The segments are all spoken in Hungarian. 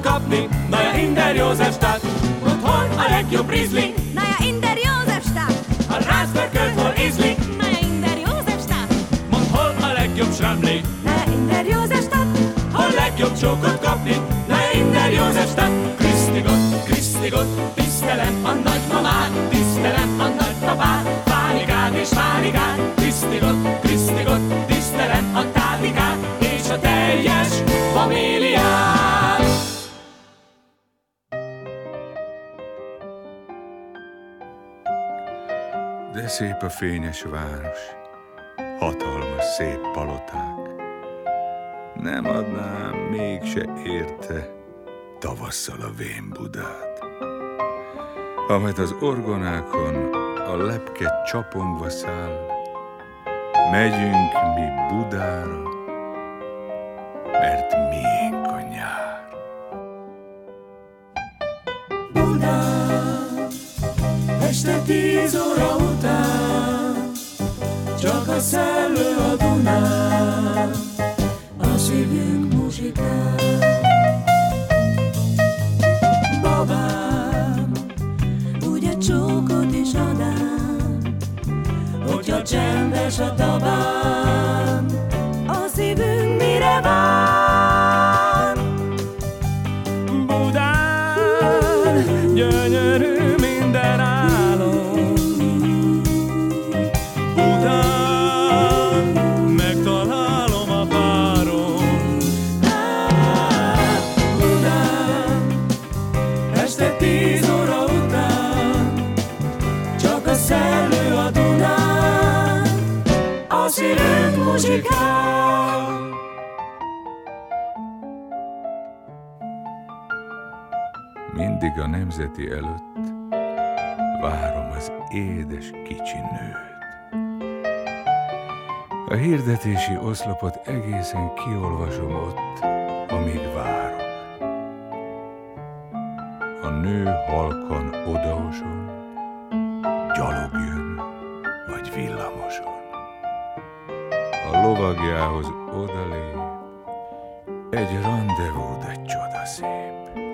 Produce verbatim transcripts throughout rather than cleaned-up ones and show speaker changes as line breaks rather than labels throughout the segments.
kapni, na ja in der Józsefstadt. Und hol a legjobb Riesling,
na ja in der Józsefstadt.
A rászpörkölt hol ízlik,
na ja in der Józsefstadt.
Mond hol a legjobb sramli,
na ja in der Józsefstadt.
Hol legjobb csókot kapni, na ja in der Józsefstadt. Krisztigot, Krisztigot, tisztelem a nagymamát, tisztelem a nagypapát, Fánikát és Fánikát. Krisztigot, Krisztigot, tisztelem a tátikát és a teljes famíliát.
De szép a fényes város, hatalmas szép paloták. Nem adnám mégse érte tavasszal a vén Budát, amelyet az orgonákon a lepke csapongva száll. Megyünk mi Budára, mert miénk a nyár.
Budán, este tíz óra után, csak a szellő a Dunán, a szívünk muzsikál. Babám,
ugye csókot is adám,
hogyha csendes a tabám,
a szívünk mire vár?
Budán, gyönyörű minden álom, után megtalálom a párom. Budán, este tíz óra után, csak a szellő a Dunán, a szívünk muzsikál.
Mindig a nemzeti előtt várom az édes kicsi nőt. A hirdetési oszlopot egészen kiolvasom ott, amíg várok. A nő halkan odaoson, gyalog jön, vagy villamoson. A lovagjához odalép, egy rendezvú, de csodaszép.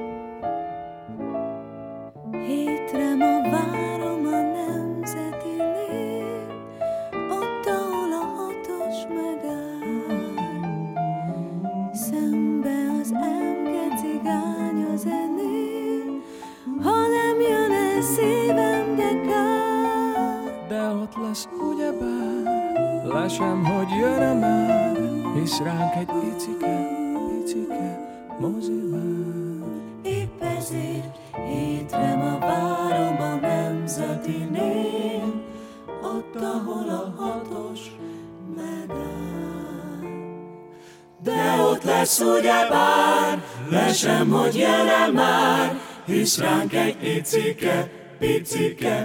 Hétre ma várom a nemzetinél, ott, ahol a hatos megáll. Szembe az emke cigány a zenél, ha nem jön el szívem, de kár.
De ott lesz ugyebár, lesem, hogy jön-e már, hisz ránk egy icike, icike mozivár.
Épp ezért hétre ma várom a nemzetinél, ott, ahol a hatos megáll.
De ott lesz ugyebár, lesem, hogy jön-e már, hisz ránk egy icike, picike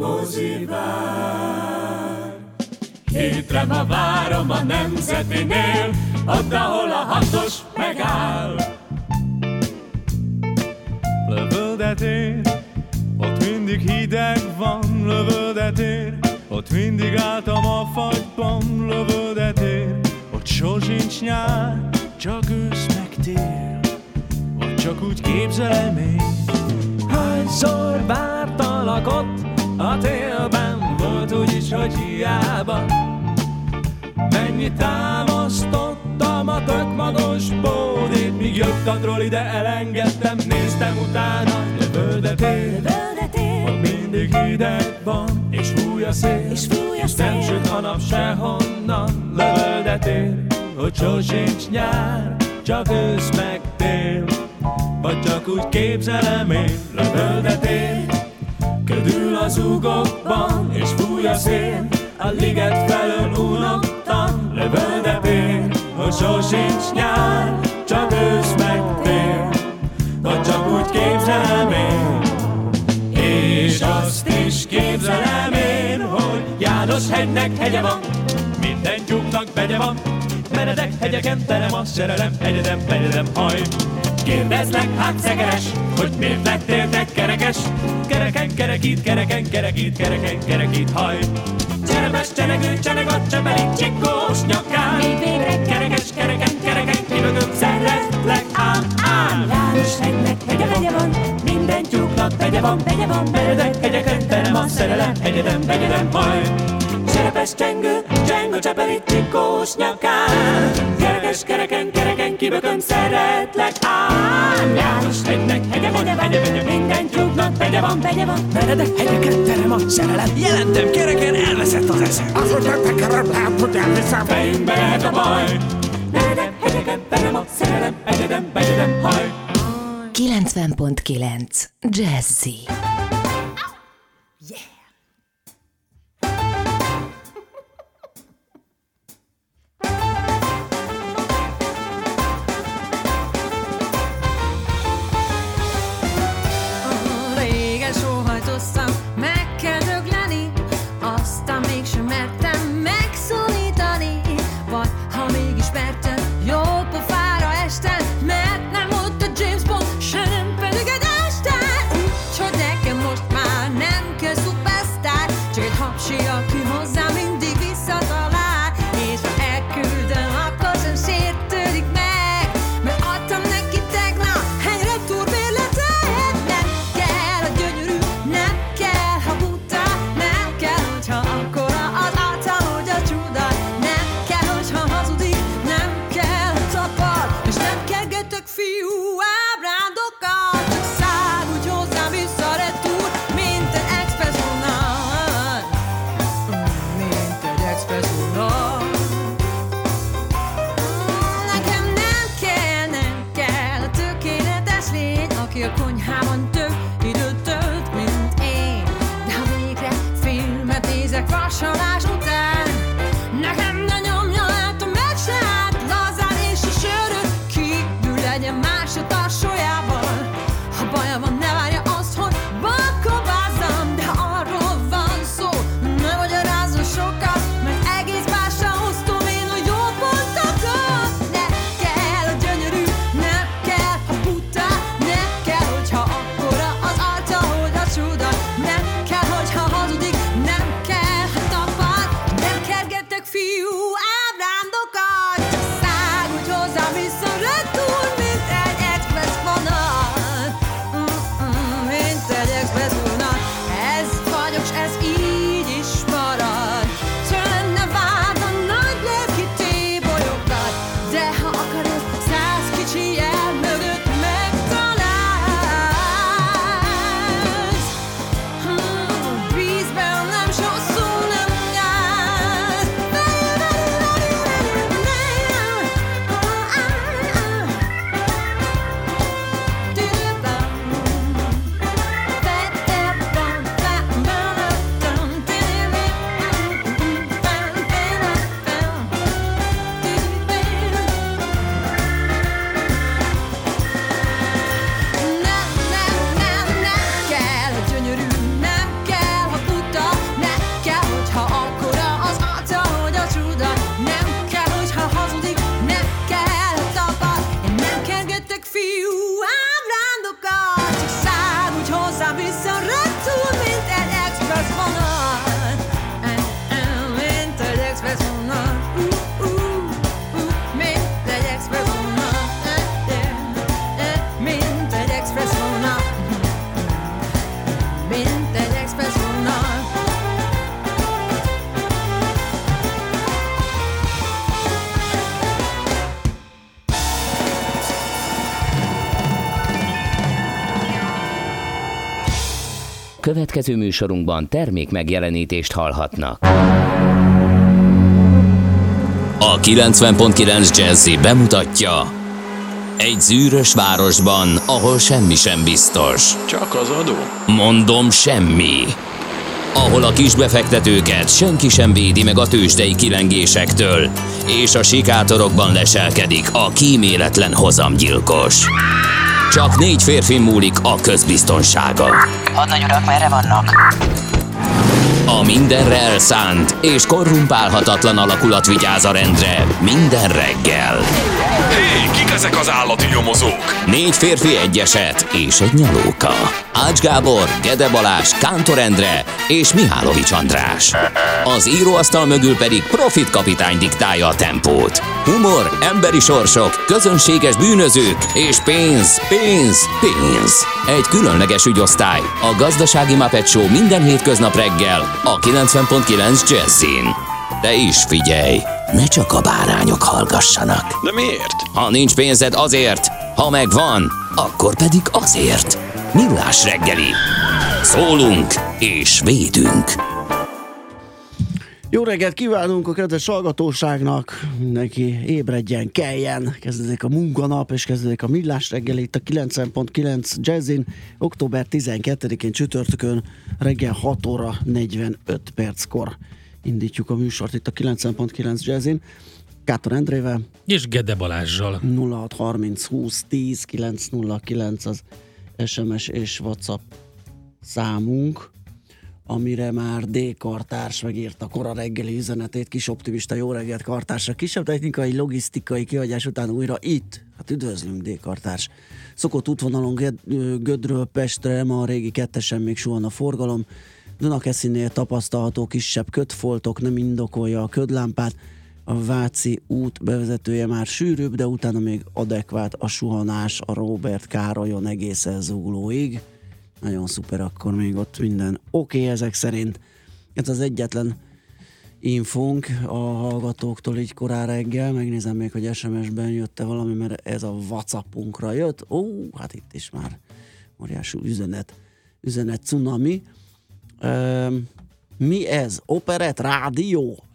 mozivár. Hétre ma várom a nemzetinél, ott, ahol a hatos megáll. Lövöldetér, ott mindig hideg van, lövöldetér, ott mindig álltam a fagyban, lövöldetér, ott sosincs nyár, csak ősz meg tél, vagy csak úgy képzelem én. Hányszor vártalak ott a télben, volt úgyis, hogy hiába. Mennyit támasztottam a tök magas bódét, míg jött a troli, de elengedtem, néztem utána. Lövöldetér, ott mindig hideg van, és fúj a szél,
és fúj a
és nem
szél.
süt a nap sehonnan. Lövöldetér, hogy sosincs nyár, csak ősz meg tél, vagy csak úgy képzelem én. Lövöldetér, ködül az ugokban, és fúj a szél, a liget felől unottan. Lövöldetér, hogy sosincs nyár, csak ősz meg tél, vagy csak úgy képzelem én. És azt is képzelem én, hogy János hegynek hegye van, minden tyúknak begye van, meredek hegyeken terem a szerelem, egyedem, egyedem haj. Kérdezlek hát szegeres, hogy miért lettél kerekes, kereken kerekít, kereken kerekít, kereken kerekít haj. Cseremes csenegő, cseneg a csepeli csikós nyakán,
Még végre
kerekes, kereken, kereken kivögöm, szeretlek ám, ám.
János hegynek hegye, hegye van, minden tyúknak begye van, begye van.
Meredek hegyeken terem a szerelem, egyedem, egyedem majd. Serepes csengő, csengő csepeli trikós nyakán. Gyerekes kereken, kereken kibököm, szeretlek ám. János hegynek hegye van, hegye, hegye, minden tyúknak begye van, begye van.
Meredek hegyeken terem a szerelem, jelentem, kereken elveszett az eszem.
Az, hogy megtekerem, lehet, hogy elviszem.
Fejünkbe lehet a baj. Meredek hegyeken terem a szerelem, egyedem, egyedem haj.
kilencven pont kilenc Jazzy.
Meg kell dögleni, aztán mégsem mertem megszólítani. Vagy ha mégis mertem, jó pofára estem, mert nem ott a James Bond, se nem pedig egy Einstein. Úgyhogy nekem most már nem kell szupersztár, csak egy hapsi, aki hozzám mindig visszatalál. És ha elküldöm, akkor sem sértődik meg, mert adtam neki tegnap egy retúrbérletet. Nem kell a gyönyörű, nem kell, ha buta, nem kell, hogyha akkora az arca, hogy a csuda. Nem kell, hogyha hazudik, nem kell, ha tapad, és nem kergetek fiú ábrándokat. Csak száll úgy hozzám vissza retúr, mint egy express vonat. Mint egy express vonat. Nekem nem kell, nem kell a tökéletes lény, aki a konyhában több időt tölt, mint én. De ha végre filmet nézek vasalás után, nekem ne nyomja át a meccset, lazán és a söröt kívül legyen más a tarsójában. Ha baja van, ne várja azt, hogy bakkobázzam, de ha arról van szó, ne magyarázzon sokat, mert egész másra hoztom én a jó pontokat. Nem kell a gyönyörű, nem kell a buta, nem kell, hogyha akkora az arca, hogy a csuda. Nem kell, hogyha hazudik, nem kell, ha tapad, nem kergetek fiú ábrándokat. Csak száll úgy hozzám vissza retúr, mint egy express vonat. Mm-mm, mint egy express vonat. Ez vagyok, s ez így is marad. Tőlem ne várd a nagy lelki tébolyokat, de ha akarod, száz kicsi jel mögött megtalálsz. Hmm, bízz bennem, s hosszú nem gáz. Nem, nem, nem, nem kell a gyönyörű, nem kell, ha buta, nem kell, hogyha akkora az arca, hogy a csuda. Nem kell, hogyha hazudik, nem kell, ha tapad, én nem kergetek fiú ábrándokat. Csak száll úgy hozzám vissza retúr, mint egy express vonat. Mint egy express vonat. Uh, uh, uh, mint egy express vonat. Mint egy express vonat. Mint egy express vonat.
Következő műsorunkban termék megjelenítést hallhatnak.
A kilencven pont kilenc Jazzy bemutatja: egy zűrös városban, ahol semmi sem biztos.
Csak az adó?
Mondom, semmi. Ahol a kisbefektetőket senki sem védi meg a tőzsdei kilengésektől, és a sikátorokban leselkedik a kíméletlen hozamgyilkos. Csak négy férfin múlik a közbiztonsága.
Hadnagy urak, merre vannak?
A mindenre elszánt és korrumpálhatatlan alakulat vigyáz a rendre minden reggel.
Hé, kik ezek az állati nyomozók?
Négy férfi, egy eset és egy nyalóka. Ács Gábor, Gede Balázs, Kántor Endre és Mihálovics András. Az íróasztal mögül pedig Profit kapitány diktálja a tempót. Humor, emberi sorsok, közönséges bűnözők és pénz, pénz, pénz. Egy különleges ügyosztály, a Gazdasági Muppet Show minden hétköznap reggel a kilencven pont kilenc Jazzin. De is figyelj, ne csak a bárányok hallgassanak.
De miért?
Ha nincs pénzed, azért, ha megvan, akkor pedig azért. Millás reggeli. Szólunk és védünk.
Jó reggelt kívánunk a kedves hallgatóságnak, mindenki ébredjen, keljen, kezdődik a munkanap, és kezdődik a Millás reggeli itt a kilencven pont kilenc Jazzin, október tizenkettedikén csütörtökön reggel hat óra negyvenöt perckor indítjuk a műsort itt a kilencven pont kilenc Jazzin, Kántor Endrével
és Gede Balázssal.
nulla hat harminc húsz tíz kilenc nulla kilenc az es em es és WhatsApp számunk, amire már D. Kartárs megírta kora reggeli üzenetét. Kis optimista, jó reggelt Kartársra. Kisebb technikai, logisztikai kihagyás után újra itt. Hát üdvözlünk, D. Kartárs. Szokott útvonalon Gödről Pestre, ma a régi kettesen még suhan a forgalom. Dunakeszinél tapasztalható kisebb kötfoltok, nem indokolja a ködlámpát. A Váci út bevezetője már sűrűbb, de utána még adekvát a suhanás a Róbert Károlyon egészen Zuglóig. Nagyon szuper, akkor még ott minden oké okay, ezek szerint. Ez az egyetlen infónk a hallgatóktól így korán reggel. Megnézem még, hogy es em es-ben jött-e valami, mert ez a WhatsAppunkra jött. Ó, hát itt is már óriású üzenet, üzenet cunami. Üm, mi ez? Operett rádió?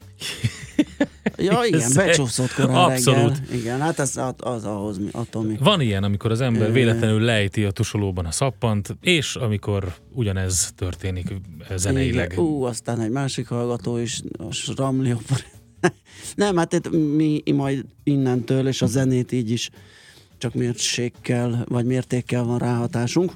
Ja, igen, becsúszott korán
abszolút.
reggel. Igen, hát ez az, az ahhoz, attól mi.
Van ilyen, amikor az ember véletlenül lejti a tusolóban a szappant, és amikor ugyanez történik zeneileg.
Igen. Ú, aztán egy másik hallgató is, a Sramli Nem, hát itt mi majd innentől, és a zenét így is csak mérsékkel, vagy mértékkel van ráhatásunk.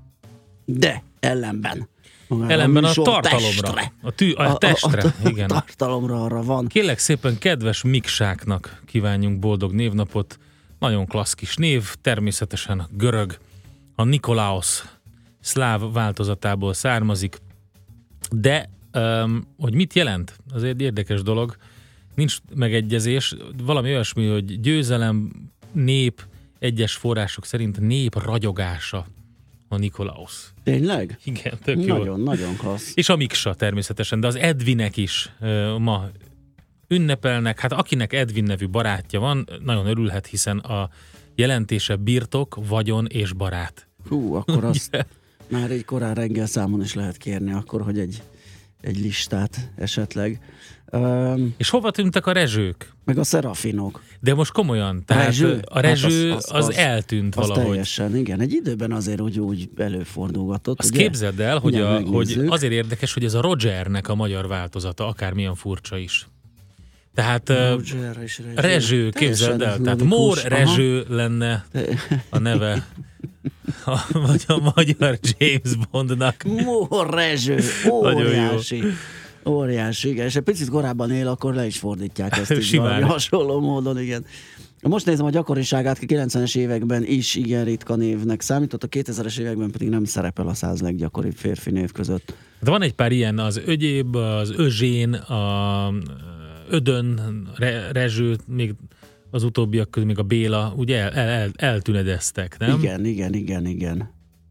De ellenben.
Ellenben a, a tartalomra, a, tű, a, a testre. A, a, igen.
a tartalomra arra van.
Kérlek szépen, kedves miksáknak kívánjunk boldog névnapot. Nagyon klassz kis név, természetesen görög. A Nikolaos szláv változatából származik. De, um, hogy mit jelent? Az egy érdekes dolog. Nincs megegyezés. Valami olyasmi, hogy győzelem, nép, egyes források szerint nép ragyogása. A Nikolaos.
Tényleg?
Igen, tök jó.
Nagyon, nagyon klassz.
És a Miksa természetesen, de az Edvinek is uh, ma ünnepelnek. Hát akinek Edvin nevű barátja van, nagyon örülhet, hiszen a jelentése birtok, vagyon és barát.
Hú, akkor azt már egy korán reggel számon is lehet kérni, akkor, hogy egy, egy listát esetleg. Um,
és hova tűntek a rezsők?
Meg a szerafinok.
De most komolyan, tehát rezső? a rezső hát az, az, az, az eltűnt az valahogy.
Teljesen, igen. Egy időben azért úgy, úgy előfordulgatott.
Azt ugye? Képzeld el, hogy, a, hogy azért érdekes, hogy ez a Rogernek a magyar változata, akármilyen furcsa is. Tehát Roger és rezső, rezső képzeld el. Tehát Mór Rezső lenne a neve. A, vagy a magyar James Bondnak.
Mór Rezső, óriási. Óriási, igen, és egy picit korábban él, akkor le is fordítják ezt így valami hasonló módon, igen. Most nézem a gyakoriságát, a kilencvenes években is igen ritka névnek számított, a kétezres években pedig nem szerepel a száz leggyakoribb férfi név között.
De van egy pár ilyen, az Ögyéb, az Özsén, a Ödön, Re, Rezső, még az utóbbiak közül még a Béla, ugye el, el, el, eltünedeztek, nem?
Igen, igen, igen, igen.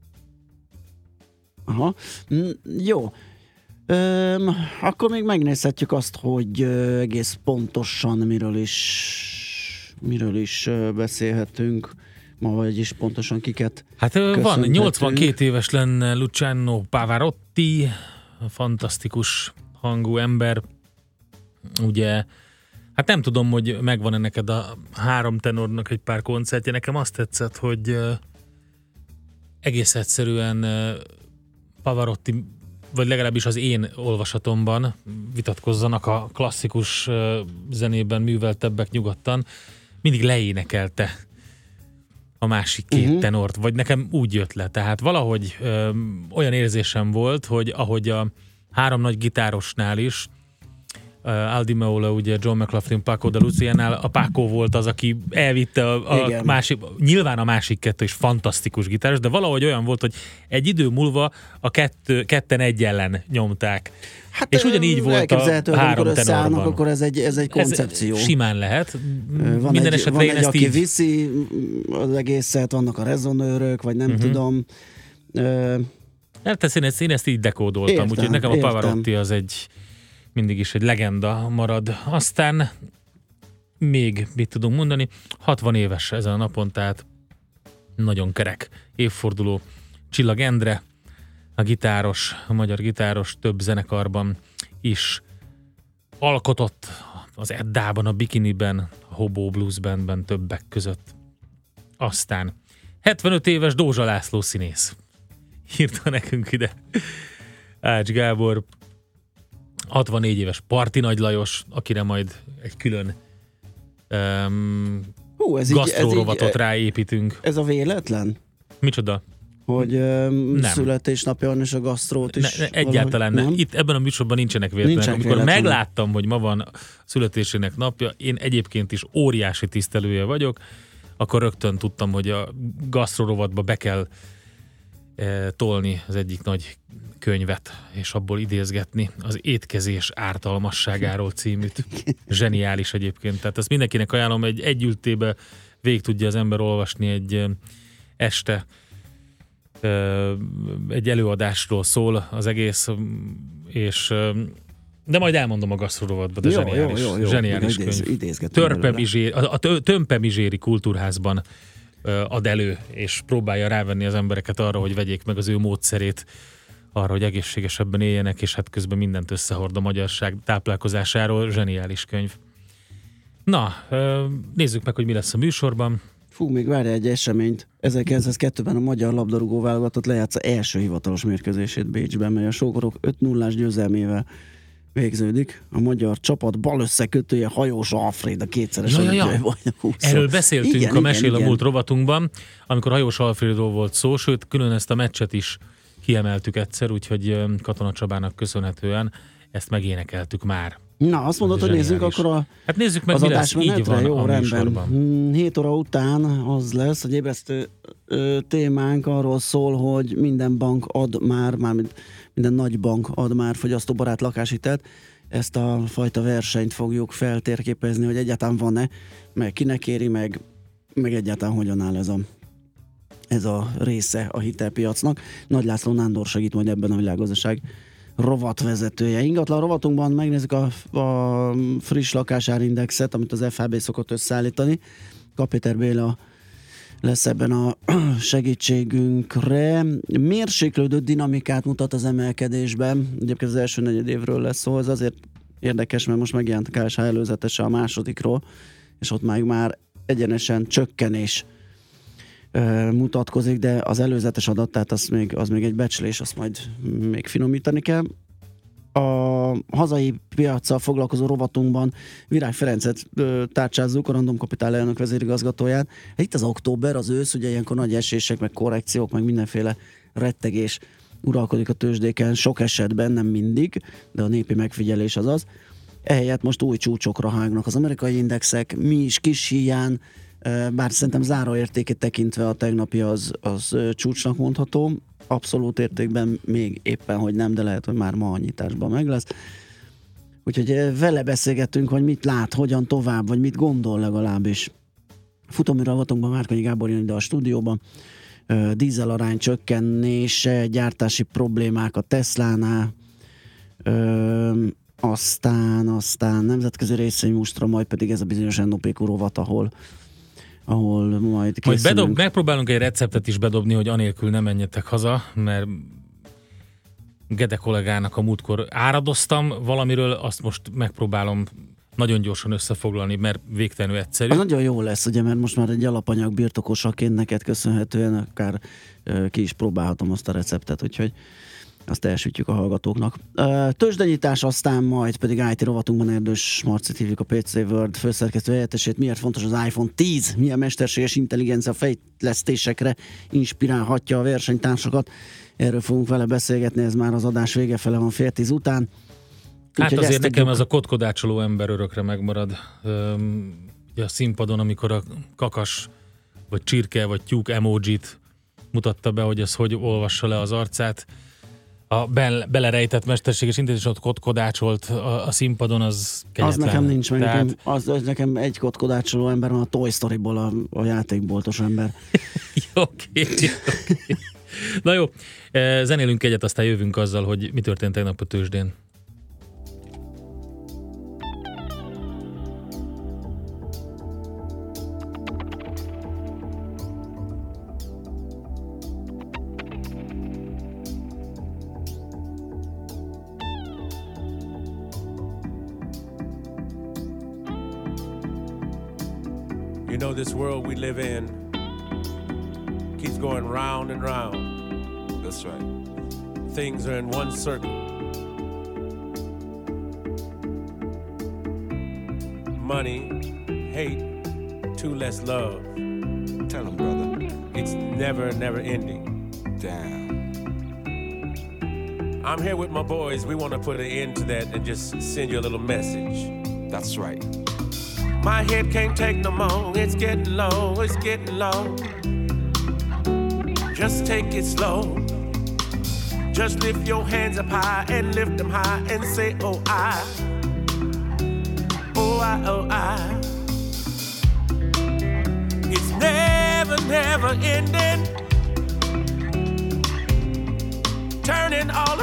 Aha, mm, jó. Öm, akkor még megnézhetjük azt, hogy ö, egész pontosan miről is miről is ö, beszélhetünk ma, vagyis pontosan kiket
Hát ö, van, nyolcvankét éves lenne Luciano Pavarotti, fantasztikus hangú ember, ugye, hát nem tudom, hogy megvan-e neked a három tenornak egy pár koncertje, nekem azt tetszett, hogy ö, egész egyszerűen ö, Pavarotti, vagy legalábbis az én olvasatomban, vitatkozzanak a klasszikus zenében műveltebbek nyugodtan, mindig leénekelte a másik két uh-huh. tenort, vagy nekem úgy jött le. Tehát valahogy ö, olyan érzésem volt, hogy ahogy a, három nagy gitárosnál is, uh, Al Di Meola, ugye John McLaughlin, Paco de Luciánál, a Paco volt az, aki elvitte a, a másik, nyilván a másik kettő is fantasztikus gitáros, de valahogy olyan volt, hogy egy idő múlva a kettő, ketten egy ellen nyomták. Hát, és ugyanígy volt a három tenorban.
Akkor ez egy, ez egy koncepció.
Ez simán lehet.
Van
Minden
egy,
esetre
van
én
egy
ezt
aki
így...
viszi az egészet, vannak a rezonőrök, vagy nem uh-huh. tudom. Ö...
Hát ezt én, ezt, én ezt így dekódoltam,
Értem,
úgyhogy nekem a
értem.
Pavarotti az egy mindig is egy legenda marad. Aztán még mit tudunk mondani? hatvan éves ezen a napon, tehát nagyon kerek évforduló. Csillag Endre, a gitáros, a magyar gitáros több zenekarban is alkotott, az Eddában, a Bikiniben, a Hobo Blues Bandben többek között. Aztán hetvenöt éves Dózsa László színész. Írta nekünk ide Ács Gábor. hatvannégy éves Parti Nagy Lajos, akire majd egy külön um,
Hú, ez
gasztrórovatot
így,
ráépítünk.
Ez a véletlen?
Micsoda?
Hogy um, születésnapja van, és a gasztrót is.
Ne, ne, egyáltalán nem. Itt ebben a műsorban nincsenek véletlenek. Amikor véletlen. Megláttam, hogy ma van a születésének napja, én egyébként is óriási tisztelője vagyok, akkor rögtön tudtam, hogy a gasztrorovatba be kell e, tolni az egyik nagy könyvet, és abból idézgetni az Étkezés ártalmasságáról címűt. Zseniális egyébként. Tehát ezt mindenkinek ajánlom, egy együltébe végig tudja az ember olvasni egy este. Egy előadásról szól az egész, és de majd elmondom a gasztrorovatban, de jó, zseniális, jó, jó, jó. zseniális
idéz,
könyv. Törpe-Mizséri, a, a Tömpe-Mizséri Kultúrházban ad elő, és próbálja rávenni az embereket arra, hogy vegyék meg az ő módszerét arra, hogy egészségesebben éljenek, és hát közben mindent összehord a magyarság táplálkozásáról. Zseniális könyv. Na, nézzük meg, hogy mi lesz a műsorban.
Fú, még várja egy eseményt. ezerkilencszázkettőben a magyar labdarúgó válogatott lejátsza első hivatalos mérkőzését Bécsben, mely a sógorok öt nullás győzelmével végződik. A magyar csapat bal összekötője Hajós Alfréd, a kétszeres
ja, ja, ja. Erről beszéltünk igen, a Mesél igen, a múlt rovatunkban, amikor Hajós Alfrédról volt szó, sőt, külön ezt a meccset is kiemeltük egyszer, úgyhogy Katona Csabának köszönhetően ezt megénekeltük már.
Na, azt mondod, hogy nézzük akkor a,
hát nézzük meg,
az adásmenetre. Jó,
a
rendben. hét óra után az lesz, hogy ébresztő ö, témánk arról szól, hogy minden bank ad már, mármint minden nagy bank ad már fogyasztóbarát lakáshitelt. Ezt a fajta versenyt fogjuk feltérképezni, hogy egyáltalán van-e, meg kinek éri, meg, meg egyáltalán hogyan áll ez a, ez a része a hitelpiacnak. Nagy László Nándor segít majd ebben a világgazdaság rovatvezetője. Ingatlan rovatunkban megnézzük a, a friss lakásárindexet, amit az ef há bé szokott összeállítani. Kapéter Béla lesz ebben a segítségünkre. Mérséklődő dinamikát mutat az emelkedésben. Egyébként az első negyed évről lesz szó, ez azért érdekes, mert most megjelent a ká es há előzetese a másodikról, és ott már, már egyenesen csökkenés mutatkozik, de az előzetes adat, tehát az még, az még egy becslés, azt majd még finomítani kell. A hazai piaccal foglalkozó rovatunkban Virág Ferencet ö, tárcsázzuk, a Random Capital elnök vezérigazgatóját. Itt az október, az ősz, ugye ilyenkor nagy esések, meg korrekciók, meg mindenféle rettegés uralkodik a tőzsdéken, sok esetben, nem mindig, de a népi megfigyelés az az. Ehelyett most új csúcsokra hágnak az amerikai indexek, mi is kis híján, bár szerintem záróértékét tekintve a tegnapi az, az csúcsnak mondható, abszolút értékben még éppen, hogy nem, de lehet, hogy már ma a nyitásban meg lesz. Úgyhogy vele beszélgettünk, hogy mit lát, hogyan tovább, vagy mit gondol legalábbis. Futóműra rovatunkban Márkonyi Gábor jön ide a stúdióban. Dízel arány csökkenése, gyártási problémák a Teslánál, Ö, aztán, aztán nemzetközi részvénymustra, majd pedig ez a bizonyos en o pé rovat, ahol ahol majd készülünk.
Majd bedob, megpróbálunk egy receptet is bedobni, hogy anélkül nem menjetek haza, mert Gede kollégának a múltkor áradoztam valamiről, azt most megpróbálom nagyon gyorsan összefoglalni, mert végtelenül egyszerű.
Az nagyon jó lesz, ugye, mert most már egy alapanyag birtokosaként neked köszönhetően akár uh, ki is próbálhatom azt a receptet, úgyhogy azt elsütjük a hallgatóknak. Tőzsdenyítás, aztán majd pedig i té rovatunkban Erdős Marcit hívjuk, a pé cé World főszerkesztő helyettesét. Miért fontos az iPhone tíz? Milyen mesterséges intelligencia fejlesztésekre inspirálhatja a versenytársakat? Erről fogunk vele beszélgetni, ez már az adás vége fele van, fél tíz után.
Hát úgyhogy azért nekem ez a kotkodácsoló ember örökre megmarad. Üm, a színpadon, amikor a kakas, vagy csirke, vagy tyúk emojit mutatta be, hogy ez hogy olvassa le az arcát. A be, belerejtett mesterséges intelligencia ott kotkodácsolt a, a színpadon, az kegyetlen.
Az nekem nincs meg,
Tehát...
nekem, az, az nekem egy kotkodácsoló ember van a Toy Story-ból, a, a játékboltos ember.
Oké, oké. Na jó, zenélünk egyet, aztán jövünk azzal, hogy mi történt tegnap a tőzsdén.
You know, this world we live in keeps going round and round. That's right. Things are in one circle. Money, hate, two less love. Tell them, brother. It's never, never ending. Damn. I'm here with my boys. We want to put an end to that and just send you a little message. That's right. My head can't take no more. It's getting low, it's getting low. Just take it slow. Just lift your hands up high and lift them high and say, oh, I. Oh, I, oh, I. It's never, never ending. Turning all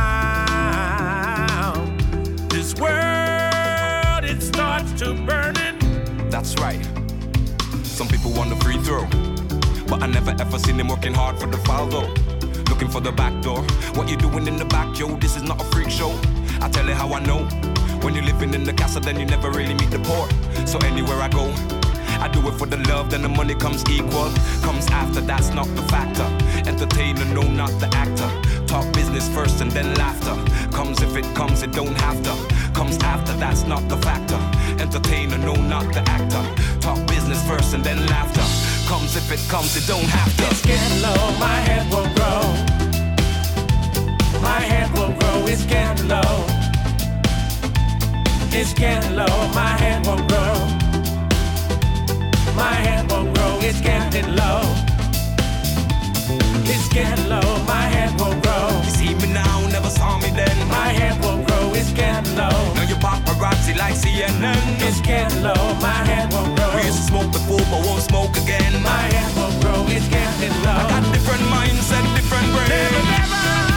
around. This world, it starts to burning.
That's right. Some people want the free throw, but I never ever seen them working hard for the foul though. Looking for the back door. What you doing in the back, yo? This is not a freak show. I tell you how I know. When you're living in the castle, then you never really meet the poor. So anywhere I go, I do it for the love, then the money comes equal. Comes after, that's not the factor. Entertainer, no, not the actor. Talk business first and then laughter. Comes if it comes, it don't have to. Comes after, that's not the factor. Entertainer, no, not the actor. Talk business first and then laughter. Comes if it comes, it don't have to.
It's getting low, my head will grow. My head will grow, it's getting low. It's getting low, my head will grow. My head will grow, it's getting low. It's getting low, my head will grow.
You see me now, never saw me then.
My head will grow, it's getting low.
Now you paparazzi like C N N.
It's getting low, my head will grow.
We used to smoke before, but won't smoke again.
My head will grow, it's getting low.
I got different mindset, different brain.
Never, never.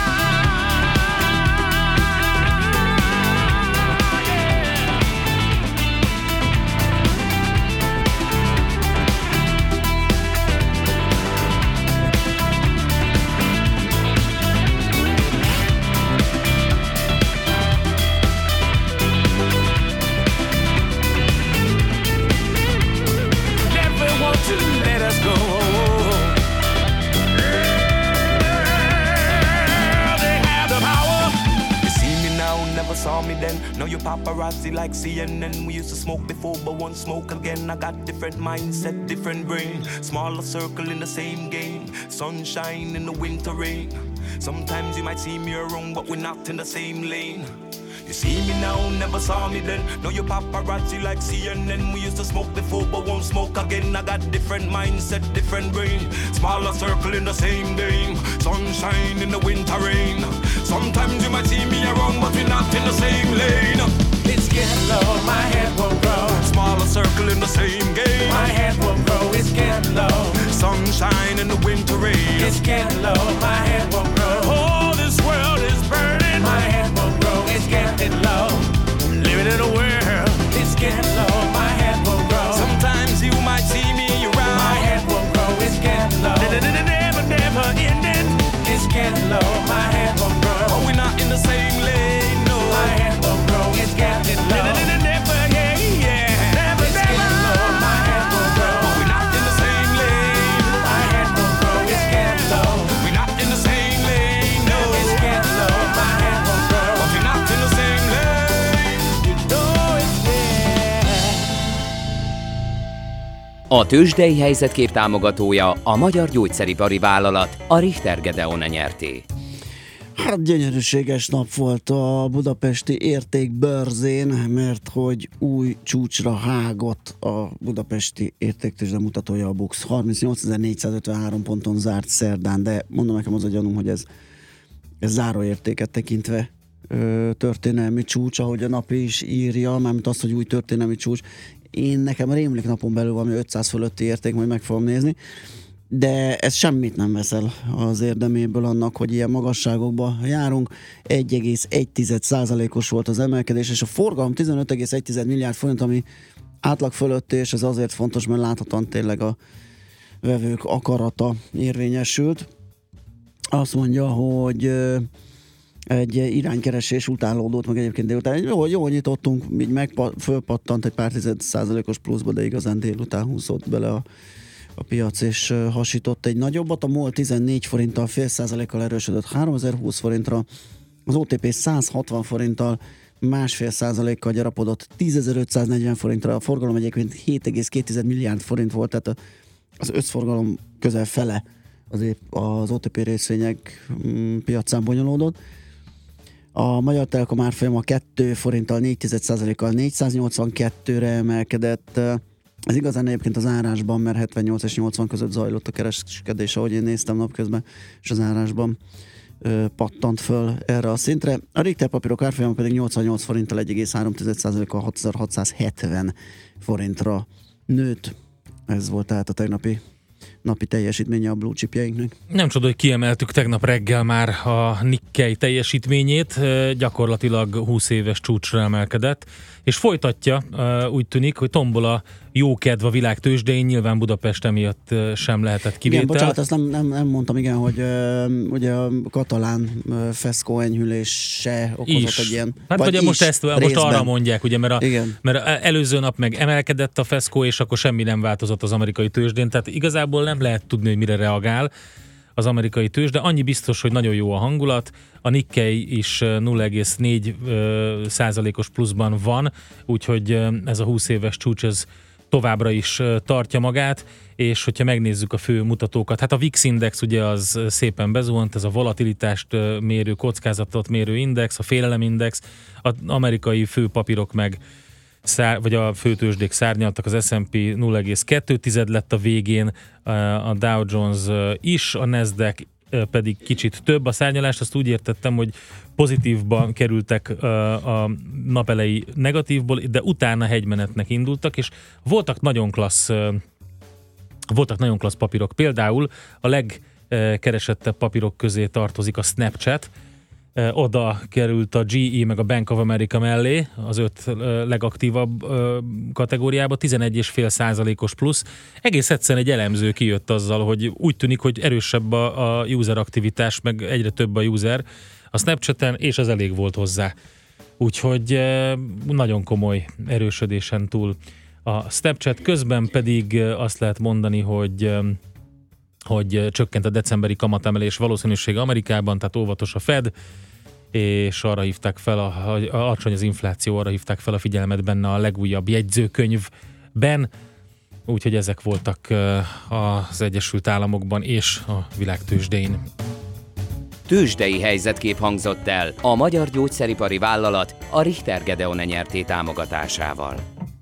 Saw me then, now you paparazzi like C N N. We used to smoke before, but won't smoke again. I got different mindset, different brain. Smaller circle in the same game. Sunshine in the winter rain. Sometimes you might see me around, but we're not in the same lane. You see me now, never saw me then. Now you paparazzi like C N N. We used to smoke before, but won't smoke again. I got different mindset, different brain. Smaller circle in the same game. Sunshine in the winter rain. Sometimes you might see me around, but we're not in the same lane.
It's getting low, my head will grow.
Smaller circle in the same game.
My head will grow, it's getting low.
Sunshine in the winter rain.
It's getting low, my head will grow. Oh, this world is burning. My head will grow, it's getting low. Living in a world, it's getting low, my head will grow.
Sometimes you might see me around.
My head will grow, it's getting low. Never, never ending. It's getting low, my head will grow.
But we're not in the same lane, no.
My head will grow, it's getting low. Never, yeah, yeah. Never, it's never. Getting low, my head will grow.
But we're not in the same lane.
My head will grow, it's getting low.
We're not in the same lane.
A tőzsdei helyzetkép támogatója a Magyar Gyógyszeripari Vállalat, a Richter Gedeon nyerté.
Hát gyönyörűséges nap volt a budapesti értékbörzén, mert hogy új csúcsra hágott a budapesti értéktőzsde mutatója, a BUX. harmincnyolcezer-négyszázötvenhárom ponton zárt szerdán, de mondom, nekem az a gyanúm, hogy ez, ez záróértéket tekintve ö, történelmi csúcs, ahogy a napi is írja, mármint az, hogy új történelmi csúcs. Én nekem rémlik napon belül valami ötszáz fölötti érték, majd meg fogom nézni, de ez semmit nem veszel az érdeméből annak, hogy ilyen magasságokba járunk. egy egész egy százalékos volt az emelkedés, és a forgalom tizenöt egész egy milliárd forint, ami átlag fölötti, és ez azért fontos, mert láthatóan tényleg a vevők akarata érvényesült. Azt mondja, hogy egy iránykeresés utánlódott, meg egyébként délután. Jó, jó nyitottunk, így meg fölpattant egy pár tized százalékos pluszba, de igazán délután húzott bele a, a piac, és hasított egy nagyobbat. A MOL tizennégy forinttal, fél százalékkal erősödött háromezer-húsz forintra, az o té pé száz hatvan forinttal, másfél százalékkal gyarapodott tízezer-ötszáznegyven forintra, a forgalom egyébként hét egész két milliárd forint volt, tehát az összforgalom közel fele az, épp az o té pé részvények piacán bonyolódott. A Magyar Telekom árfolyama két forinttal, négy százalékkal négyszáznyolcvankettőre emelkedett. Ez igazán egyébként az árásban, mert hetvennyolc és nyolcvan között zajlott a kereskedés, ahogy én néztem napközben, és az árásban ö, pattant föl erre a szintre. A Richter papírok árfolyama pedig nyolcvannyolc forinttal, egy egész három százalékkal hatezer-hatszázhetven forintra nőtt. Ez volt tehát a tegnapi napi teljesítménye a blue chipjeinknek.
Nem csoda, hogy kiemeltük tegnap reggel már a Nikkei teljesítményét, gyakorlatilag húsz éves csúcsra emelkedett, és folytatja, úgy tűnik, hogy tombol a jó kedv a világ tőzsdén, nyilván Budapest emiatt sem lehetett kivétel.
Igen, bocsánat, ezt nem, nem, nem mondtam, igen, hogy uh, ugye a katalán uh, feszkó enyhülése okozott
is
egy ilyen...
Hát ugye most, ezt, most arra mondják, ugye, mert, a, mert előző nap meg emelkedett a feszkó, és akkor semmi nem változott az amerikai tőzsdén, tehát igazából nem lehet tudni, hogy mire reagál az amerikai tőzsde. Annyi biztos, hogy nagyon jó a hangulat, a Nikkei is nulla egész négy százalékos pluszban van, úgyhogy ez a húsz éves csúcs ez továbbra is tartja magát, és hogyha megnézzük a fő mutatókat, hát a VIX index ugye az szépen bezuhant, ez a volatilitást mérő, kockázatot mérő index, a félelemindex, az amerikai főpapírok meg Szár, vagy a főtőzsdék szárnyaltak, az es and pé nulla egész kettő lett a végén, a Dow Jones is, a Nasdaq pedig kicsit több. A szárnyalást azt úgy értettem, hogy pozitívba kerültek a napelei negatívból, de utána hegymenetnek indultak, és voltak nagyon klassz, voltak nagyon klassz papírok. Például a legkeresettebb papírok közé tartozik a Snapchat, oda került a gé é meg a Bank of America mellé, az öt legaktívabb kategóriába, tizenegy egész öt százalékos plusz. Egész egyszerűen egy elemző kijött azzal, hogy úgy tűnik, hogy erősebb a, a user aktivitás, meg egyre több a user a Snapchaten, és ez elég volt hozzá. Úgyhogy nagyon komoly erősödésen túl a Snapchat, közben pedig azt lehet mondani, hogy hogy csökkent a decemberi kamatemelés valószínűsége Amerikában, tehát óvatos a Fed, és arra hívták fel, a, a, alacsony az infláció, arra hívták fel a figyelmet benne a legújabb jegyzőkönyvben, úgyhogy ezek voltak az Egyesült Államokban és a világtőzsdén.
Tőzsdei helyzetkép hangzott el a Magyar Gyógyszeripari Vállalat, a Richter Gedeon nyerté támogatásával.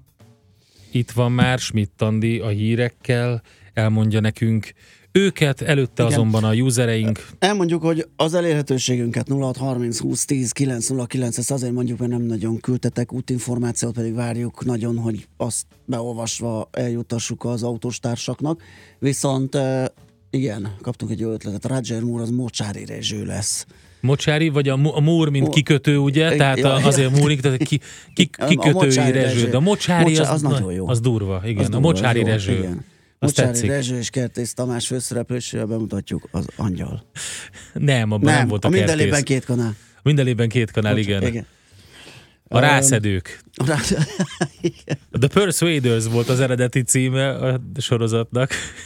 Itt van már Schmidt Andi a hírekkel, elmondja nekünk őket, előtte igen. Azonban a usereink.
Elmondjuk, hogy az elérhetőségünket nulla hat harminc húsz tíz kilenc nulla kilenc, ezt azért mondjuk, mert nem nagyon küldtetek útinformációt, pedig várjuk nagyon, hogy azt beolvasva eljutassuk az autóstársaknak. Viszont igen, kaptunk egy jó ötletet. Roger Moore az Mocsári Rezső lesz.
Mocsári, vagy a, a Moore, mint kikötő, ugye? Tehát ja, azért Múrik, tehát ki, ki, kikötői Rezső. De a Mocsári, Mocsári az, az, nagyon jó. Az durva, igen. Az durva, a Mocsári Rezső. Igen.
Mocsári Rezső és Kertész Tamás főszereplésével bemutatjuk az Angyal.
Nem, abban nem, nem volt a,
a
Kertész.
Mindenében két kanál.
Mindenében két kanál, igen. igen. A rászedők. Um, rá... The Persuaders volt az eredeti címe a sorozatnak.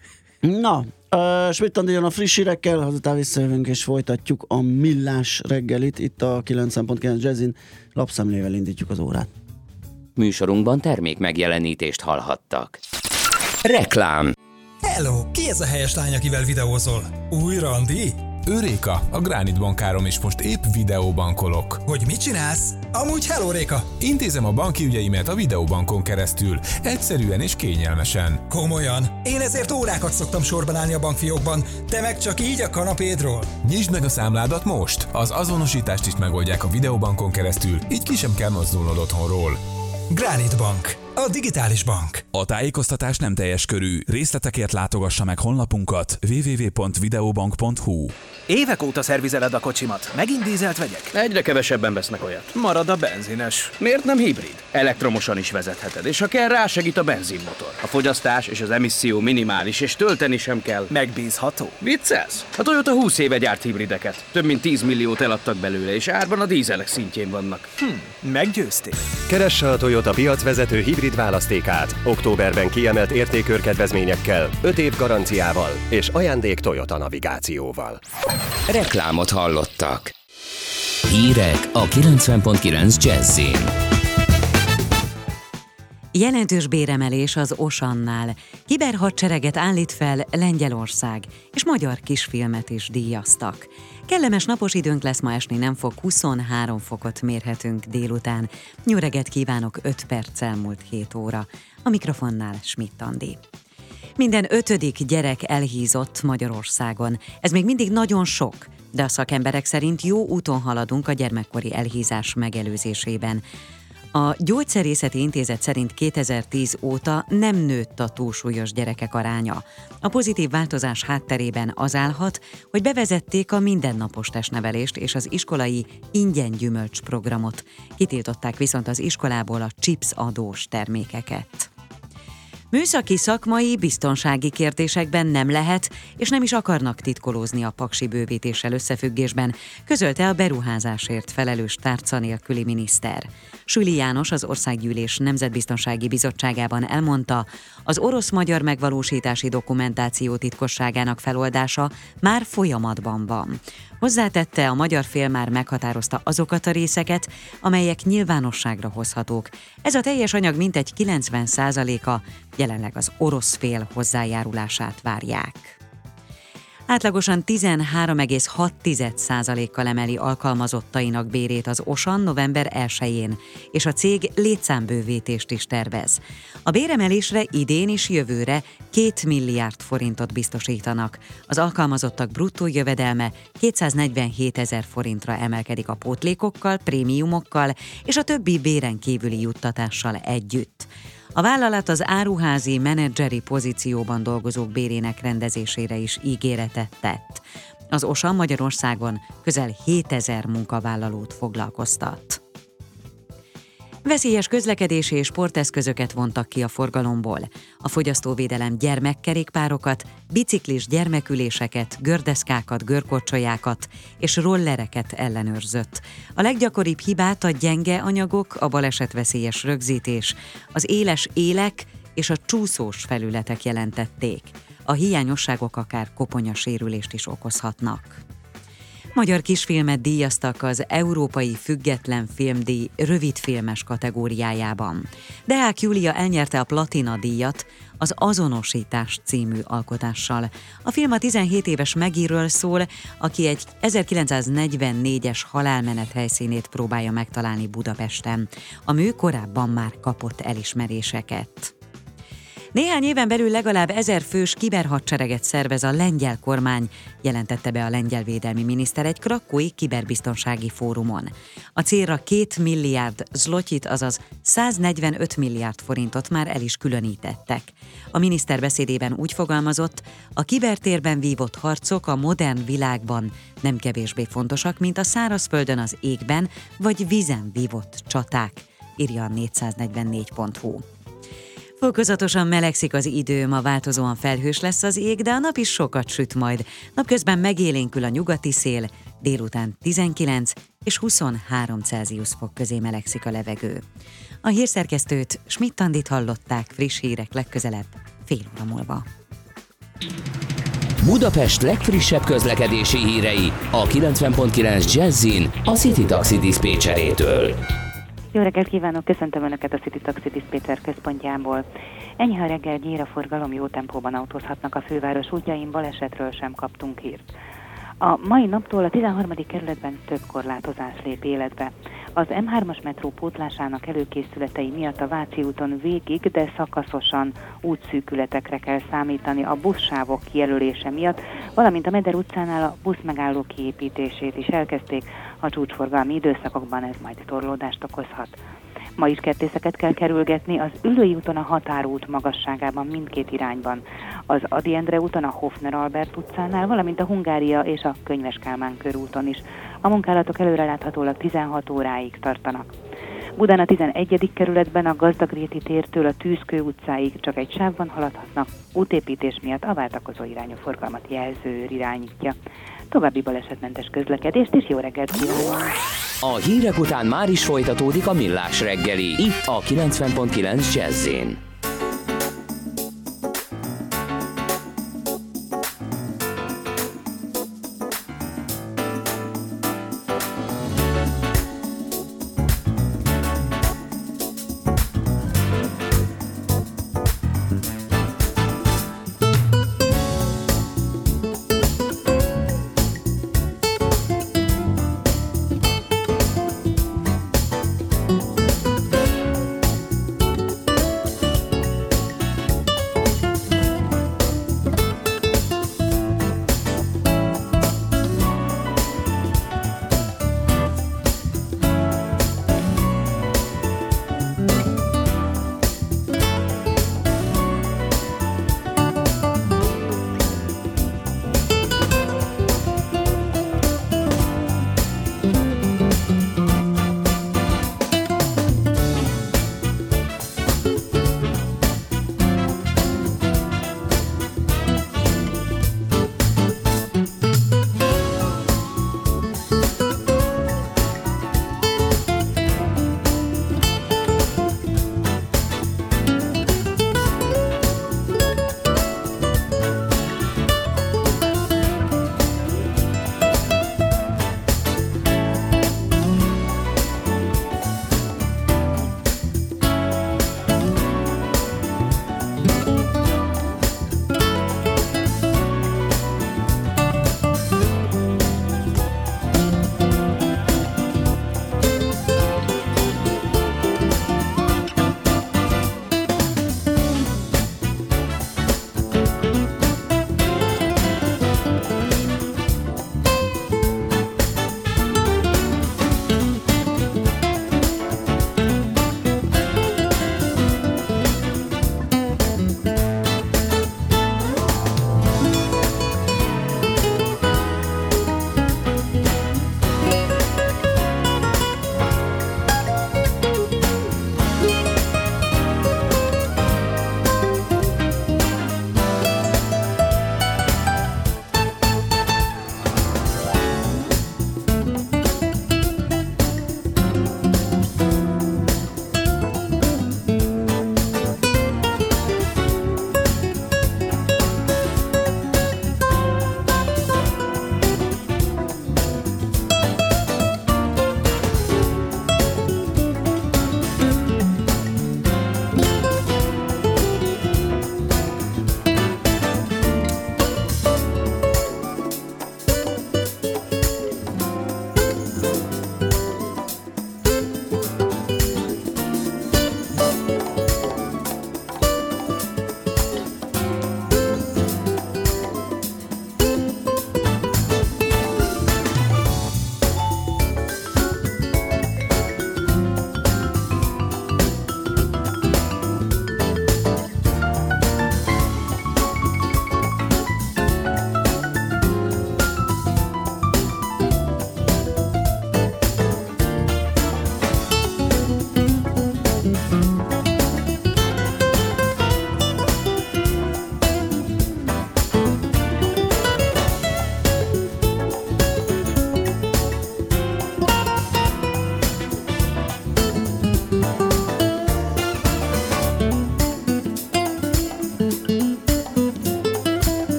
Na, uh, Schmidt Andi jön a friss hírekkel, azután visszajövünk és folytatjuk a millás reggelit. Itt a kilencven pont kilenc Jazzin lapszemlével indítjuk az órát.
Műsorunkban termék megjelenítést hallhattak. Reklám.
Hello, ki ez a helyes lány, akivel videózol? Új randi?
Ő Réka, a Granit bankárom, és most épp videóbankolok.
Hogy mit csinálsz? Amúgy hello Réka!
Intézem a banki ügyeimet a videóbankon keresztül, egyszerűen és kényelmesen.
Komolyan? Én ezért órákat szoktam sorban állni a bankfiókban, te meg csak így a kanapédról.
Nyisd meg a számládat most! Az azonosítást is megoldják a videóbankon keresztül, így ki sem kell mozdulnod otthonról.
Granit Bank, a digitális bank.
A tájékoztatás nem teljes körű. Részletekért látogassa meg honlapunkat double-u double-u double-u pont videobank pont hu.
Évek óta szervizeled a kocsimat. Megint dízelt vegyek?
Egyre kevesebben vesznek olyat. Marad a benzines. Miért nem hibrid? Elektromosan is vezetheted, és ha kell, rásegít a benzinmotor. A fogyasztás és az emisszió minimális, és tölteni sem kell.
Megbízható.
Viccelsz? A Toyota húsz éve gyárt hibrideket. Több mint tíz milliót eladtak belőle, és árban a dízelek szintjén vannak.
Hm, meggyőztél.
Keresse a Toyota piacvezető hibrid választékát. Októberben kiemelt értékörkedvezményekkel, öt év garanciával és ajándék Toyota navigációval.
Reklámot hallottak.
Hírek a kilencven pont kilenc Jazzin.
Jelentős béremelés az Osannál. Kiberhadsereget állít fel Lengyelország, és magyar kisfilmet is díjaztak. Kellemes napos időnk lesz, ma esni nem fog, huszonhárom fokot mérhetünk délután. Jó reggelt kívánok, öt perccel múlt hét óra. A mikrofonnál Schmidt Andi. Minden ötödik gyerek elhízott Magyarországon. Ez még mindig nagyon sok, de a szakemberek szerint jó úton haladunk a gyermekkori elhízás megelőzésében. A Gyógyszerészeti Intézet szerint kétezer-tíz óta nem nőtt a túlsúlyos gyerekek aránya. A pozitív változás hátterében az állhat, hogy bevezették a mindennapos testnevelést és az iskolai ingyen gyümölcs programot. Kitiltották viszont az iskolából a chips adós termékeket. Műszaki, szakmai, biztonsági kérdésekben nem lehet, és nem is akarnak titkolózni a paksi bővítéssel összefüggésben, közölte a beruházásért felelős tárca nélküli miniszter. Süli János az Országgyűlés Nemzetbiztonsági Bizottságában elmondta, az orosz-magyar megvalósítási dokumentáció titkosságának feloldása már folyamatban van. Hozzátette, a magyar fél már meghatározta azokat a részeket, amelyek nyilvánosságra hozhatók. Ez a teljes anyag mintegy kilencven százaléka, jelenleg az orosz fél hozzájárulását várják. Átlagosan tizenhárom egész hat százalékkal emeli alkalmazottainak bérét az Osan november elsején, és a cég létszámbővítést is tervez. A béremelésre idén és jövőre két milliárd forintot biztosítanak. Az alkalmazottak bruttó jövedelme kétszáznegyvenhét ezer forintra emelkedik a pótlékokkal, prémiumokkal és a többi béren kívüli juttatással együtt. A vállalat az áruházi menedzseri pozícióban dolgozók bérének rendezésére is ígéretet tett. Az Osan Magyarországon közel hétezer munkavállalót foglalkoztat. Veszélyes közlekedési és sporteszközöket vontak ki a forgalomból. A fogyasztóvédelem gyermekkerékpárokat, biciklis gyermeküléseket, gördeszkákat, görkocsolyákat és rollereket ellenőrzött. A leggyakoribb hibát a gyenge anyagok, a balesetveszélyes rögzítés, az éles élek és a csúszós felületek jelentették. A hiányosságok akár koponyasérülést is okozhatnak. Magyar kisfilmet díjaztak az Európai Független Filmdíj rövidfilmes kategóriájában. Deák Júlia elnyerte a Platina díjat az Azonosítás című alkotással. A film a tizenhét éves Maggie-ről szól, aki egy ezerkilencszáznegyvennégyes halálmenet helyszínét próbálja megtalálni Budapesten. A mű korábban már kapott elismeréseket. Néhány éven belül legalább ezer fős kiberhadsereget szervez a lengyel kormány, jelentette be a lengyel védelmi miniszter egy krakói kiberbiztonsági fórumon. A célra két milliárd zlotyit, azaz száznegyvenöt milliárd forintot már el is különítettek. A miniszter beszédében úgy fogalmazott, a kibertérben vívott harcok a modern világban nem kevésbé fontosak, mint a szárazföldön, az égben vagy vízen vívott csaták, írja a négyszáznegyvennégy pont hu. Fokozatosan melegszik az idő, ma változóan felhős lesz az ég, de a nap is sokat süt majd. Napközben megélénkül a nyugati szél, délután tizenkilenc és huszonhárom Celsius fok közé melegszik a levegő. A hírszerkesztőt, Schmidt Andit hallották, friss hírek legközelebb, fél óra múlva.
Budapest legfrissebb közlekedési hírei a kilencven pont kilenc Jazzin a City Taxi diszpécserétől.
Jó reggelt kívánok, köszöntöm Önöket a City Taxi diszpécser központjából. Enyhe a reggel, gyér a forgalom, jó tempóban autózhatnak a főváros útjain, balesetről sem kaptunk hírt. A mai naptól a tizenharmadik kerületben több korlátozás lép életbe. Az M hármas metró pótlásának előkészületei miatt a Váci úton végig, de szakaszosan útszűkületekre kell számítani a buszsávok kijelölése miatt, valamint a Meder utcánál a buszmegálló kiépítését is elkezdték, a csúcsforgalmi időszakokban ez majd torlódást okozhat. Ma is kertészeket kell kerülgetni az Üllői úton a Határút magasságában mindkét irányban, az Ady Endre úton a Hofner Albert utcánál, valamint a Hungária és a Könyves Kálmán körúton is. A munkálatok előreláthatólag tizenhat óráig tartanak. Budán a tizenegyedik kerületben a Gazdagréti tértől a Tűzkő utcáig csak egy sávban haladhatnak, útépítés miatt a váltakozó irányú forgalmat jelzőőr irányítja. További balesetmentes közlekedést és jó reggelt kívánok!
A hírek után már is folytatódik a Millás reggeli, itt a kilencven pont kilenc Jazz-in.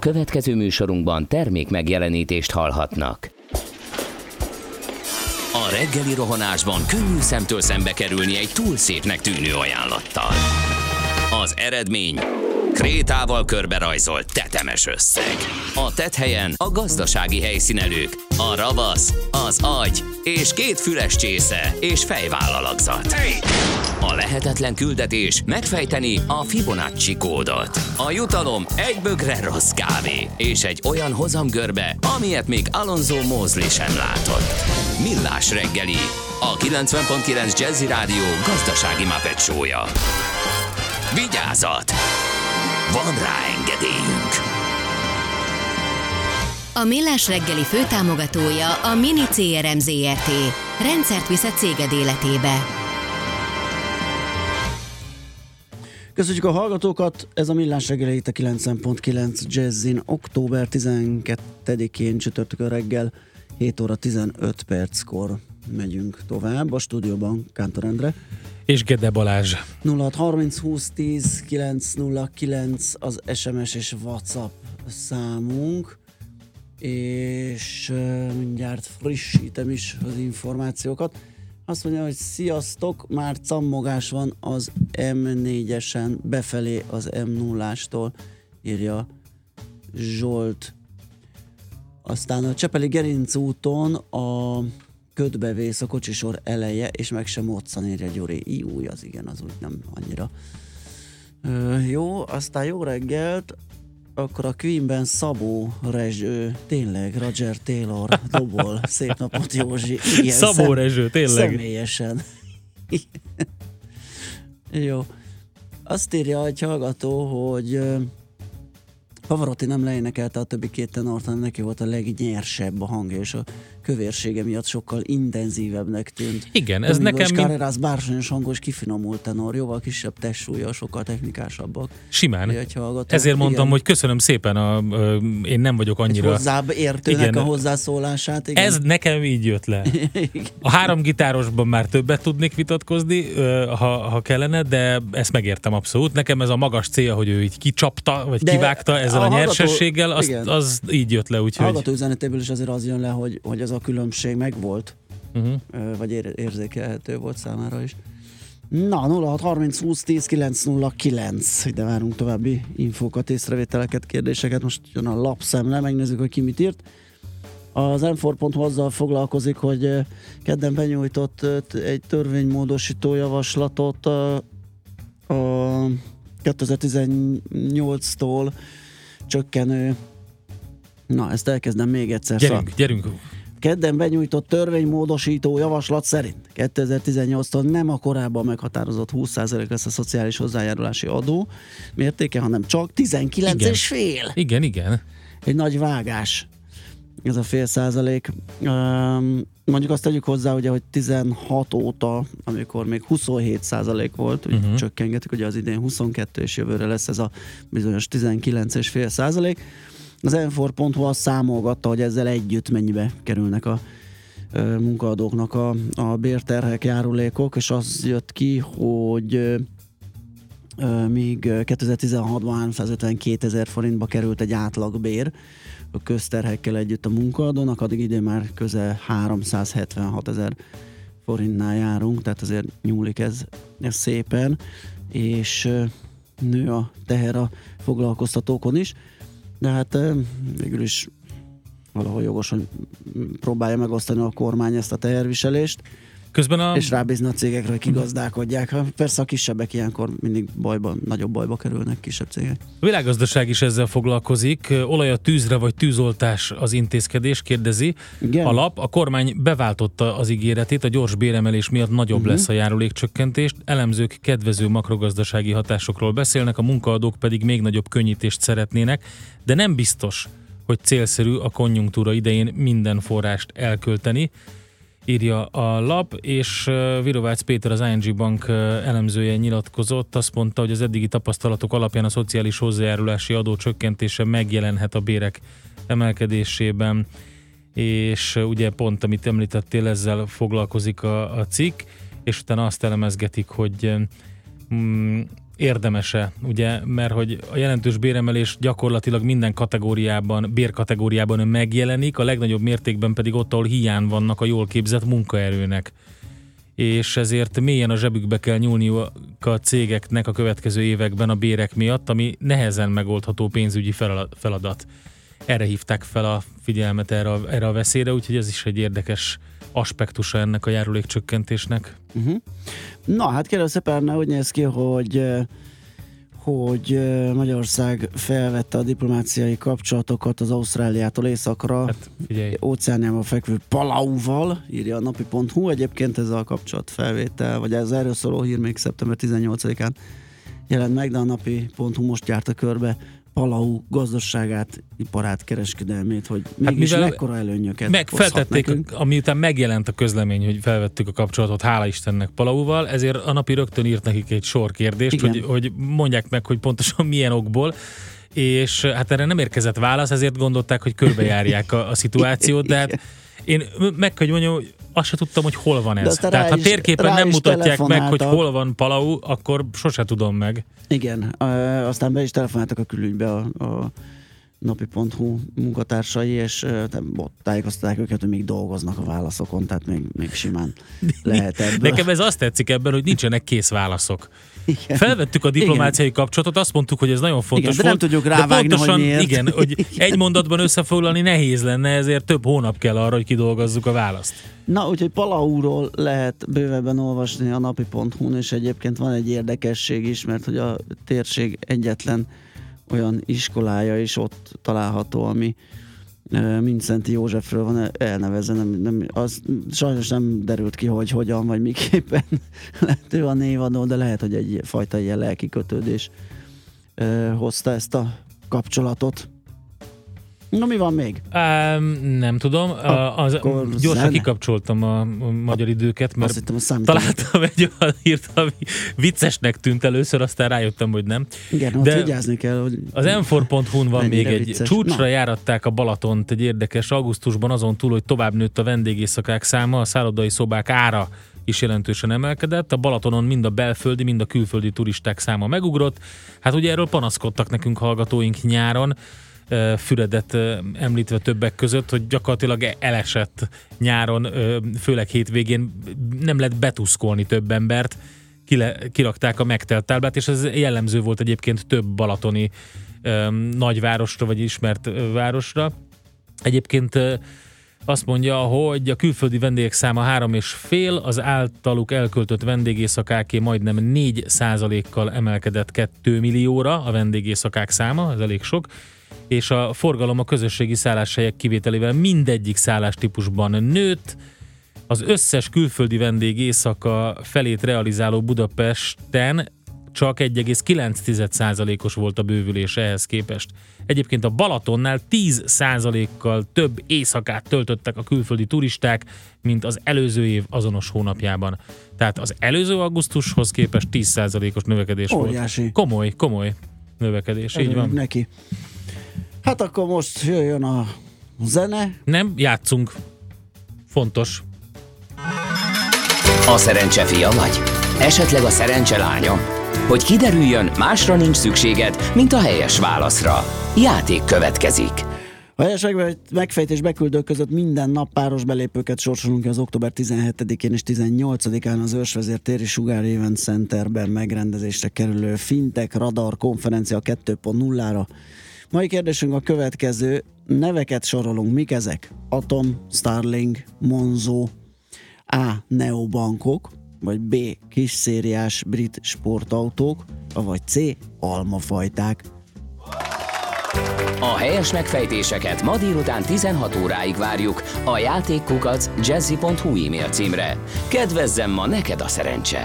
következő műsorunkban termék megjelenítést hallhatnak.
A reggeli rohanásban könnyű szemtől szembe kerülni egy túl szépnek tűnő ajánlattal. Az eredmény... krétával körberajzolt tetemes összeg. A tetthelyen a gazdasági helyszínelők, a ravasz, az agy és két füles csésze és fejvállalakzat. A lehetetlen küldetés megfejteni a Fibonacci kódot. A jutalom egy bögre rossz kávé és egy olyan hozamgörbe, amilyet még Alonso Mosley sem látott. Millás reggeli, a kilencven pont kilenc Jazzy Rádió gazdasági Muppet show-ja. Vigyázat! Van rá engedélyünk!
A Millás reggeli főtámogatója a Mini cé er em Zrt. Rendszert visz a céged életébe.
Köszönjük a hallgatókat, ez a Millás reggeli itt a kilencven pont kilenc Jazzin, október tizenkettedikén csütörtökön reggel hét óra tizenöt perckor megyünk tovább. A stúdióban Kántor Endre
és Gede Balázs.
nulla hat harminc húsz tíz kilenc nulla kilenc az es em es és WhatsApp számunk, és uh, mindjárt frissítem is az információkat. Azt mondja, hogy sziasztok, már cammogás van az em négyesen befelé az em nullástól, írja Zsolt. Aztán a Csepeli Gerinc úton a ködbevész a kocsisor eleje, és meg sem moccan, írja Gyuri. Íúj, az igen, az úgy nem annyira. Ö, jó, aztán jó reggelt, akkor a Queenben Szabó Rezső, tényleg, Roger Taylor dobol. Szép napot, Józsi. Igen,
Szabó
szem,
Rezső, tényleg.
Személyesen. Jó. Azt írja egy hallgató, hogy Pavarotti nem leénekelte a többi két tenort, hanem neki volt a legnyersebb a hangja, és a kövérsége miatt sokkal intenzívebbnek tűnt.
Igen, ez
Domingos
nekem...
Carreras bársonyos hangos, kifinomult tenor, jóval kisebb testsúlya, sokkal technikásabbak.
Simán. Ezért mondtam, igen, hogy köszönöm szépen, a, a, én nem vagyok annyira...
Egy hozzább értőnek igen, a hozzászólását. Igen.
Ez nekem így jött le. A három gitárosban már többet tudnék vitatkozni, ha, ha kellene, de ezt megértem abszolút. Nekem ez a magas célja, hogy ő így kicsapta, vagy de kivágta ezzel a, a nyersességgel, az, az így jött le. Úgyhogy...
A hallgató üzenetéből is azért az jön le, hogy, hogy ez a különbség megvolt, uh-huh. vagy ér- érzékelhető volt számára is. Na, nulla hat harminc húsz tíz kilenc nulla kilenc, ide várunk további infókat, észrevételeket, kérdéseket. Most jön a lapszemle, megnézzük, hogy ki mit írt. Az em négy pont hu azzal foglalkozik, hogy kedden benyújtott egy törvénymódosító javaslatot a, a kétezer-tizennyolctól csökkenő. Na, ezt elkezdem még egyszer.
Gyerünk, szak. gyerünk.
Kedden benyújtott törvénymódosító javaslat szerint kétezer-tizennyolctól nem a korábban meghatározott húsz százalék lesz a szociális hozzájárulási adó mértéke, hanem csak tizenkilenc és fél.
Igen, igen.
Egy nagy vágás. Ez a fél százalék. Mondjuk azt tegyük hozzá, ugye, hogy tizenhat óta, amikor még huszonhét százalék volt, úgy uh-huh. csökkengetik, ugye az idén huszonkettő, és jövőre lesz ez a bizonyos tizenkilenc és fél százalék. Az em négy pont hu azt számolgatta, hogy ezzel együtt mennyibe kerülnek a ö, munkaadóknak a, a bérterhek, járulékok, és az jött ki, hogy ö, ö, míg kétezer-tizenhatban háromszázötvenkétezer forintba került egy átlagbér a közterhekkel együtt a munkaadónak, addig idén már közel háromszázhetvenhatezer forintnál járunk, tehát azért nyúlik ez, ez szépen, és ö, nő a teher a foglalkoztatókon is. De hát végül is valahol jogos, hogy próbálja megosztani a kormány ezt a teherviselést,
közben a...
és rábízni a cégekre, hogy kigazdálkodják. Persze a kisebbek ilyenkor mindig bajba, nagyobb bajba kerülnek, kisebb cégek.
A világgazdaság is ezzel foglalkozik. Olaj a tűzre vagy tűzoltás az intézkedés, kérdezi. Igen. A lap, a kormány beváltotta az ígéretét, a gyors béremelés miatt nagyobb uh-huh. lesz a járulékcsökkentés. Elemzők kedvező makrogazdasági hatásokról beszélnek, a munkaadók pedig még nagyobb könnyítést szeretnének, de nem biztos, hogy célszerű a konjunktúra idején minden forrást elkölteni, írja a lap, és Virovácz Péter, az i en gé Bank elemzője nyilatkozott, azt mondta, hogy az eddigi tapasztalatok alapján a szociális hozzájárulási adó csökkentése megjelenhet a bérek emelkedésében, és ugye pont, amit említettél, ezzel foglalkozik a, a cikk, és utána azt elemezgetik, hogy mm, érdemese, ugye, mert hogy a jelentős béremelés gyakorlatilag minden kategóriában, bérkategóriában megjelenik, a legnagyobb mértékben pedig ott, ahol hiány vannak a jól képzett munkaerőnek. És ezért mélyen a zsebükbe kell nyúlniuk a cégeknek a következő években a bérek miatt, ami nehezen megoldható pénzügyi feladat. Erre hívták fel a figyelmet erre a, erre a veszélyre, úgyhogy ez is egy érdekes aspektusa ennek a járulékcsökkentésnek.
Uh-huh. Na, hát kérlek szépen, úgy néz ki, hogy, hogy Magyarország felvette a diplomáciai kapcsolatokat az Ausztráliától északra, hát, óceánjában fekvő Palauval, írja a napi pont hu. Egyébként ez a kapcsolatfelvétel, vagy ez erről szóló hír még szeptember tizennyolcadikán jelent meg, de a napi pont hu most járta körbe Palau gazdaságát, iparát, kereskedelmét, hogy mégis hát mekkora előnyöket
meg feltették, amiután megjelent a közlemény, hogy felvettük a kapcsolatot, hála Istennek Palauval, ezért a napi rögtön írt nekik egy sor kérdést, hogy, hogy mondják meg, hogy pontosan milyen okból, és hát erre nem érkezett válasz, ezért gondolták, hogy körbejárják a, a szituációt, de hát én meg kell mondjam, hogy azt se tudtam, hogy hol van ez. Tehát ha térképen nem mutatják meg, hogy hol van Palau, akkor sose tudom meg.
Igen, ö, aztán be is telefonáltak a külügybe a, a napi pont hu munkatársai, és ö, ott tájékoztatták őket, hogy még dolgoznak a válaszokon, tehát még, még simán lehet ebből.
Nekem ez azt tetszik ebben, hogy nincsenek kész válaszok. Igen. Felvettük a diplomáciai igen. kapcsolatot, azt mondtuk, hogy ez nagyon fontos
igen, de
volt.
nem tudjuk rávágni, pontosan, hogy miért.
Igen, hogy egy mondatban összefoglalni nehéz lenne, ezért több hónap kell arra, hogy kidolgozzuk a választ.
Na, úgyhogy Palauról lehet bővebben olvasni a napi pont hu-n, és egyébként van egy érdekesség is, mert hogy a térség egyetlen olyan iskolája is ott található, ami Mindszenty Józsefről van elnevezve, nem, nem, az sajnos nem derült ki, hogy hogyan, vagy miképpen lett ő a névadó, de lehet, hogy egyfajta ilyen lelki kötődés ö, hozta ezt a kapcsolatot. Na, mi van még?
Um, nem tudom. Uh, az, gyorsan zene. Kikapcsoltam a, a magyar időket, mert hittem, találtam egy olyan hírt, ami viccesnek tűnt először, aztán rájöttem, hogy nem.
Igen, ott vigyázni kell, hogy
az em négy pont hu-n van még egy
vicces.
Csúcsra
Na.
járatták a Balatont egy érdekes augusztusban, azon túl, hogy tovább nőtt a vendégészakák száma, a szállodai szobák ára is jelentősen emelkedett. A Balatonon mind a belföldi, mind a külföldi turisták száma megugrott. Hát ugye erről panaszkodtak nekünk hallgatóink nyáron, Füredet említve többek között, hogy gyakorlatilag elesett nyáron, főleg hétvégén, nem lehet betuszkolni több embert, Kile, kirakták a megtelt táblát, és ez jellemző volt egyébként több balatoni nagyvárosra, vagy ismert városra. Egyébként azt mondja, hogy a külföldi vendégek száma három és fél, az általuk elköltött vendégészakáké majdnem négy százalékkal emelkedett két millióra a vendégészakák száma, ez elég sok, és a forgalom a közösségi szálláshelyek kivételével mindegyik szállástípusban nőtt. Az összes külföldi vendég éjszaka felét realizáló Budapesten csak egy egész kilenc százalékos volt a bővülés ehhez képest. Egyébként a Balatonnál tíz százalékkal több éjszakát töltöttek a külföldi turisták, mint az előző év azonos hónapjában. Tehát az előző augusztushoz képest tíz százalékos növekedés
óriási.
Volt. Komoly, komoly növekedés,
Örülünk
így van.
Neki. Hát akkor most jöjjön a zene.
Nem, játszunk. Fontos.
A szerencse fia vagy? Esetleg a szerencse lánya? Hogy kiderüljön, másra nincs szükséged, mint a helyes válaszra. Játék következik.
A helyes megfejtés beküldők között minden nap páros belépőket sorsolunk ki az október tizenhetedikén és tizennyolcadikán az Őrsvezér téri Sugár Event Centerben megrendezésre kerülő Fintech Radar konferencia kettő pont nullára. Mai kérdésünk a következő, neveket sorolunk, mik ezek? Atom, Starlink, Monzo, A. Neobankok, vagy B. Kisszériás brit sportautók, vagy C. Almafajták.
A helyes megfejtéseket ma délután tizenhat óráig várjuk a játékkukac jazzy pont hu e-mail címre. Kedvezzem ma neked a szerencse!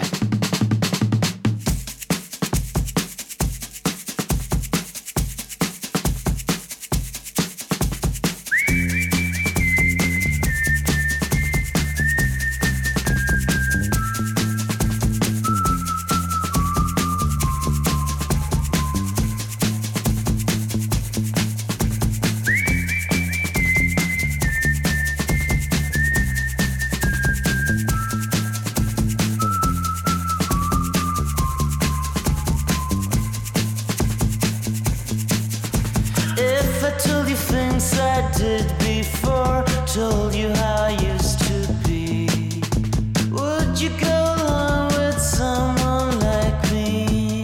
told you how I used to be. Would you go along with someone like me?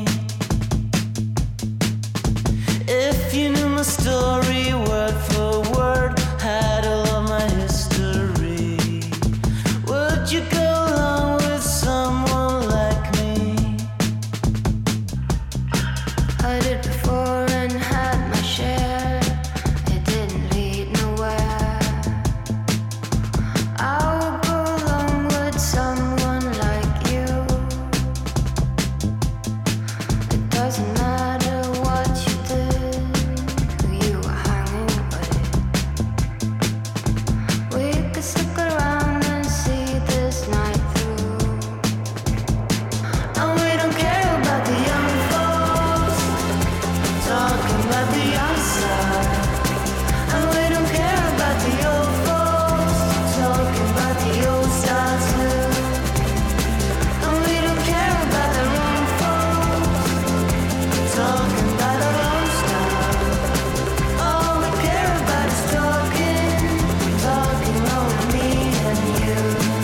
If you knew my story word for word, had all of my history, would you go along with someone like me?
I did before and had my share. It didn't lead nowhere. I would go along with someone like you. It doesn't matter what you did, who you were hanging with. We could stick around and see this night through. And we don't care about the young folks talking about the outside. And we don't care about the old folks talking about the old style too. And we don't care about the wrong folks talking about our own style. All we care about is talking, talking over me and you.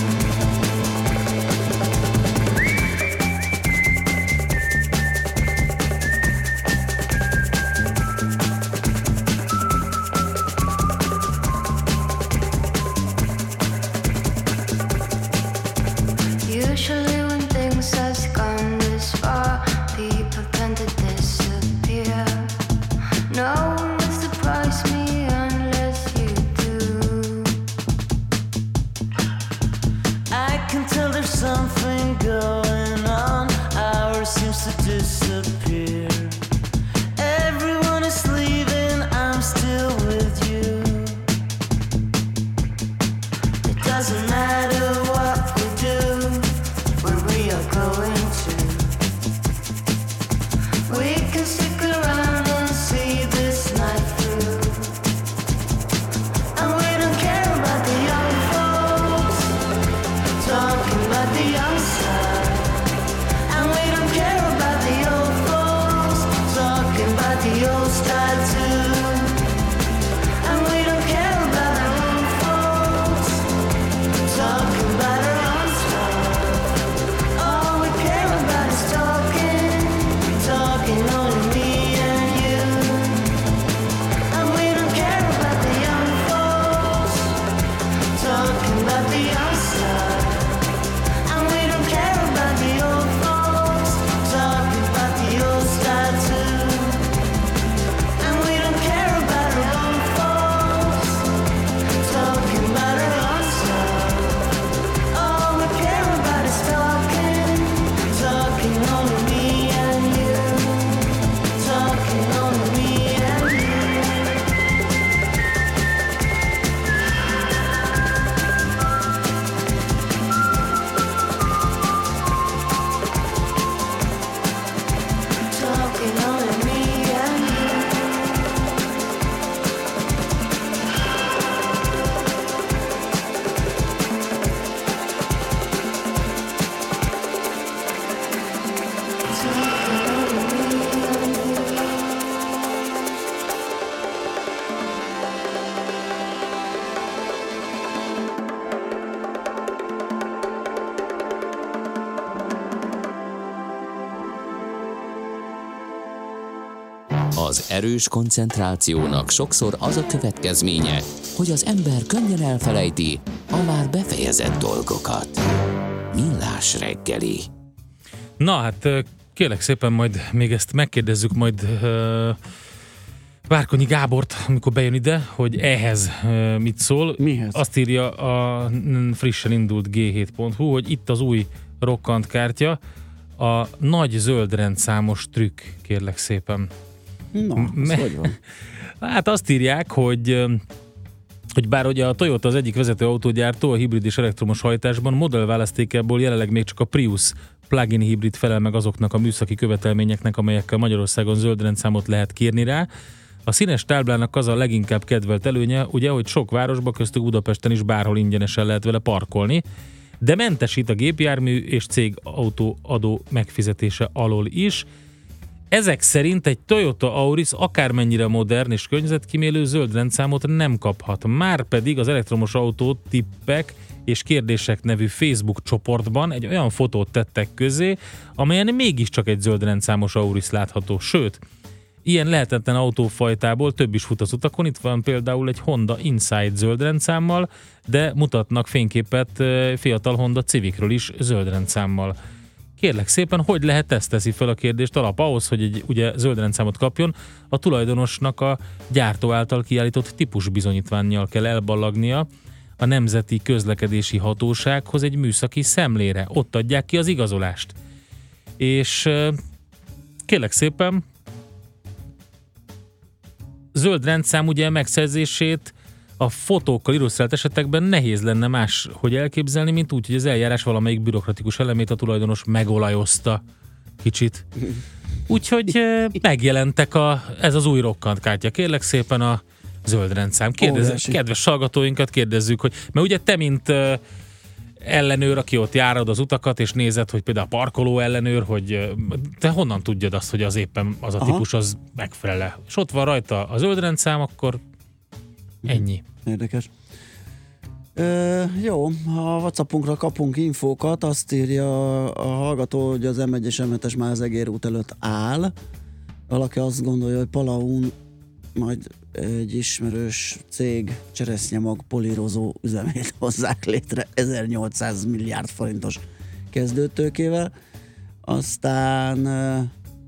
Usually when things has gone this far, people tend to disappear. No one will surprise me unless you do.
I can tell there's something going on. Ours seems to disappear. Everyone is leaving, I'm still with you. It doesn't matter what we do, where we are going to. We can stick around and see this night through. And we don't care about the young folks talking about the outside. And we don't care about the old folks talking about the old style too. And we don't care about our own folks talking about our own style. All we care about is talking, talking only me and you. And we don't care about the young folks talking about the outside. And we don't care about the old folks talking about the old style too. And we don't care about our own folks talking about our own style. All we care about is talking, talking only me and you. Talking only me and you. Talking only me and you.
Az erős koncentrációnak sokszor az a következménye, hogy az ember könnyen elfelejti a már befejezett dolgokat. Millás reggeli.
Na hát kérlek szépen, majd még ezt megkérdezzük majd uh, Várkonyi Gábort, amikor bejön ide, hogy ehhez uh, mit szól.
Mihez?
Azt írja a frissen indult gé hét pont hú, hogy itt az új rokkant kártya, a nagy zöld rendszámos trükk, kérlek szépen.
Na, ez
Me-
hogy van?
Hát azt írják, hogy hogy bár ugye a Toyota az egyik vezető autógyártó a hibrid és elektromos hajtásban, modellválasztékából jelenleg még csak a Prius plug-in hibrid felel meg azoknak a műszaki követelményeknek, amelyekkel Magyarországon zöld rendszámot lehet kérni rá. A színes táblának az a leginkább kedvelt előnye, ugye, hogy sok városban, köztük Budapesten is bárhol ingyenesen lehet vele parkolni, de mentesít a gépjármű és cég autóadó megfizetése alól is. Ezek szerint egy Toyota Auris akármennyire modern és környezetkímélő zöld rendszámot nem kaphat. Márpedig az elektromos autó tippek és kérdések nevű Facebook csoportban egy olyan fotót tettek közé, amelyen mégiscsak egy zöld rendszámos Auris látható. Sőt, ilyen lehetetlen autófajtából több is fut az utakon. Itt van például egy Honda Insight zöld rendszámmal, de mutatnak fényképet fiatal Honda Civicről is zöld rendszámmal. Kérlek szépen, hogy lehet, ezt teszi fel a kérdést alap ahhoz, hogy egy ugye zöld rendszámot kapjon, a tulajdonosnak a gyártó által kiállított típusbizonyítvánnyal kell elballagnia a Nemzeti Közlekedési Hatósághoz egy műszaki szemlére. Ott adják ki az igazolást. És kérlek szépen, zöld rendszám ugye megszerzését a fotókkal illusztrált esetekben nehéz lenne más, hogy elképzelni, mint úgy, hogy az eljárás valamelyik bürokratikus elemét a tulajdonos megolajozta kicsit. Úgyhogy megjelentek a, ez az új rokkant kártya. Kérlek szépen a zöld rendszám. Kérdezzük, kedves hallgatóinkat kérdezzük, hogy, mert ugye te, mint uh, ellenőr, aki ott járod az utakat, és nézed, hogy például a parkoló ellenőr, hogy uh, te honnan tudjad azt, hogy az éppen az a Aha. típus az megfelel. És ott van rajta a zöld rendszám, akkor ennyi.
Érdekes. Ö, jó, ha a WhatsAppunkra kapunk infókat, azt írja a hallgató, hogy az em egyes em hetes már az Egér út előtt áll. Valaki azt gondolja, hogy Palaun majd egy ismerős cég cseresznyemag polírozó üzemét hozzák létre ezernyolcszáz milliárd forintos kezdőtőkével. Aztán uh,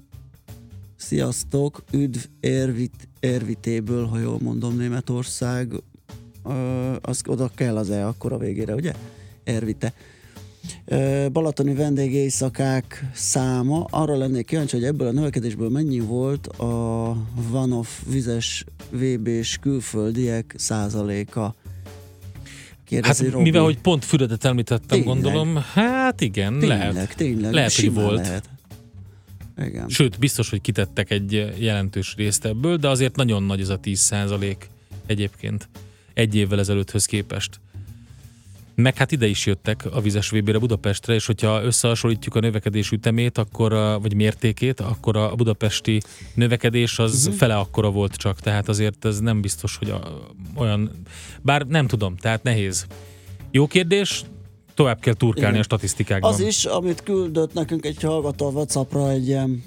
sziasztok, üdv Ervit, Ervitéből, ha jól mondom, Németország, uh, az oda kell az E akkor a végére, ugye? Ervite. Uh, balatoni vendégéjszakák száma, arra lennék kíváncsi, hogy ebből a növekedésből mennyi volt a Vanoff vizes vé bés külföldiek százaléka. Kérdezi
hát
Robi.
Mivel, hogy pont Füredet említettem, tényleg? Gondolom, hát igen,
tényleg,
lehet.
Tényleg,
lehet, hogy volt.
Lehet. Igen.
Sőt, biztos, hogy kitettek egy jelentős részt ebből, de azért nagyon nagy ez a tíz százalék egyébként egy évvel ezelőtthöz képest. Meg hát ide is jöttek a vizes vé bére Budapestre, és hogyha összehasonlítjuk a növekedés ütemét, akkor a, vagy mértékét, akkor a budapesti növekedés az uh-huh. fele akkora volt csak, tehát azért ez nem biztos, hogy a, olyan, bár nem tudom, tehát nehéz. Jó kérdés, tovább kell turkálni igen. a statisztikákban.
Az is, amit küldött nekünk egy hallgató a WhatsAppra, egy ilyen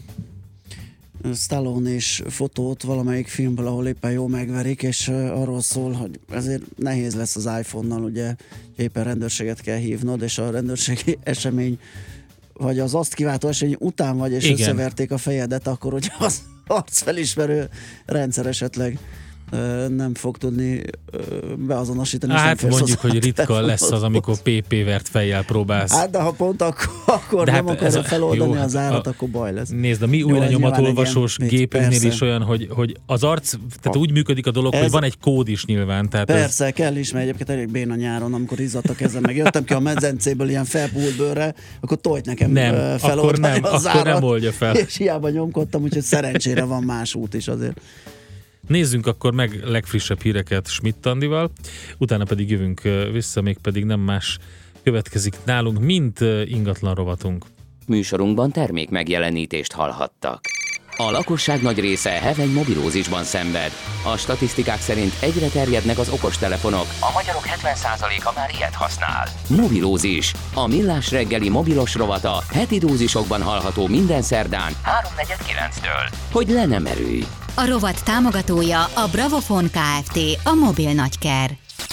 Stallone-és fotót valamelyik filmből, ahol éppen jó megverik, és uh, arról szól, hogy ezért nehéz lesz az iPhone-nal, ugye éppen rendőrséget kell hívnod, és a rendőrségi esemény, vagy az azt kiváltó esemény után vagy, és igen. összeverték a fejedet, akkor ugye az arcfelismerő rendszer esetleg uh, nem fog tudni uh, beazonosítani.
Hát mondjuk, hogy ritka lesz az, amikor pé pé vert fejjel próbálsz.
Hát de ha pont akkor, akkor nem hát akarod feloldani jó, az árat, a, akkor baj lesz.
Nézd, a mi új lenyomatolvasós gépünknél is olyan, hogy, hogy az arc, tehát úgy működik a dolog, ez hogy van egy kód is nyilván. Tehát
persze,
ez...
kell is, mert egyébként elég béna nyáron, amikor izzadt a kezem, meg jöttem ki a medencéből ilyen felpúlt bőrre, akkor tolt nekem
nem, feloldani akkor nem, az akkor árat, nem oldja fel.
És hiába nyomkodtam, úgyhogy szerencsére van más út is azért.
Nézzünk akkor meg legfrissebb híreket Schmidt Andival, utána pedig jövünk vissza, még pedig nem más következik nálunk, mint ingatlan rovatunk.
Műsorunkban termék megjelenítést hallhattak. A lakosság nagy része heveny mobilózisban szenved. A statisztikák szerint egyre terjednek az okostelefonok. A magyarok hetven százaléka már ilyet használ. Mobilózis. A Millás reggeli mobilos rovata heti dózisokban hallható minden szerdán háromnegyed kilenctől. Hogy le nem erőj.
A rovat támogatója a Bravofon Kft. A mobil nagyker.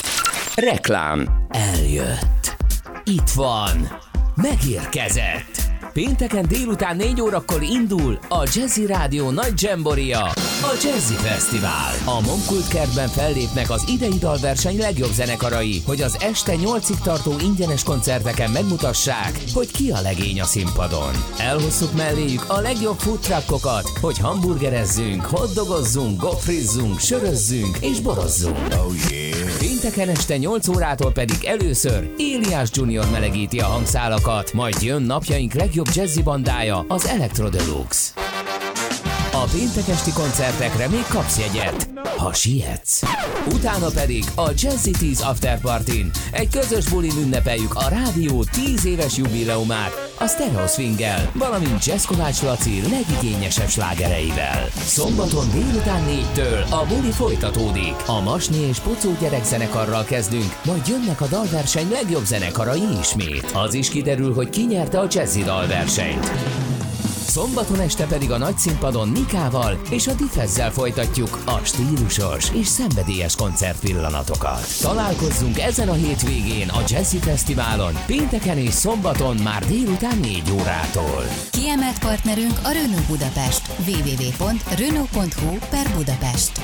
Reklám.
Eljött. Itt van. Megérkezett. Pénteken délután négy órakor indul a Jazzy Rádió nagy dzsemboria, a Jazzy Fesztivál. A Momkult kertben fellépnek az idei dalverseny legjobb zenekarai, hogy az este nyolcig tartó ingyenes koncerteken megmutassák, hogy ki a legény a színpadon. Elhosszuk melléjük a legjobb food truckokat, hogy hamburgerezzünk, hotdogozzunk, gofrizzunk, sörözzünk és borozzunk. Oh yeah. Pénteken este nyolc órától pedig először Éliás Junior melegíti a hangszálakat, majd jön napjaink legjobb jazzy bandája, az Electro Deluxe. A péntek esti koncertekre még kapsz jegyet, ha sietsz. Utána pedig a Jazzy tíz After Partyn egy közös bulin ünnepeljük a rádió tíz éves jubileumát, a Stereo Swinggel, valamint Jazz Kovács Laci legigényesebb slágereivel. Szombaton délután négytől a buli folytatódik. A Masni és Pocó gyerekzenekarral kezdünk, majd jönnek a dalverseny legjobb zenekarai ismét. Az is kiderül, hogy ki nyerte a jazzy dalversenyt. Szombaton este pedig a nagy színpadon Nikával és a Difezzel folytatjuk a stílusos és szenvedélyes koncertpillanatokat. Találkozzunk ezen a hétvégén a Jazzy Fesztiválon, pénteken és szombaton már délután négy órától.
Kiemelt partnerünk a Renault Budapest. double-u double-u double-u pont renault pont hu per Budapest.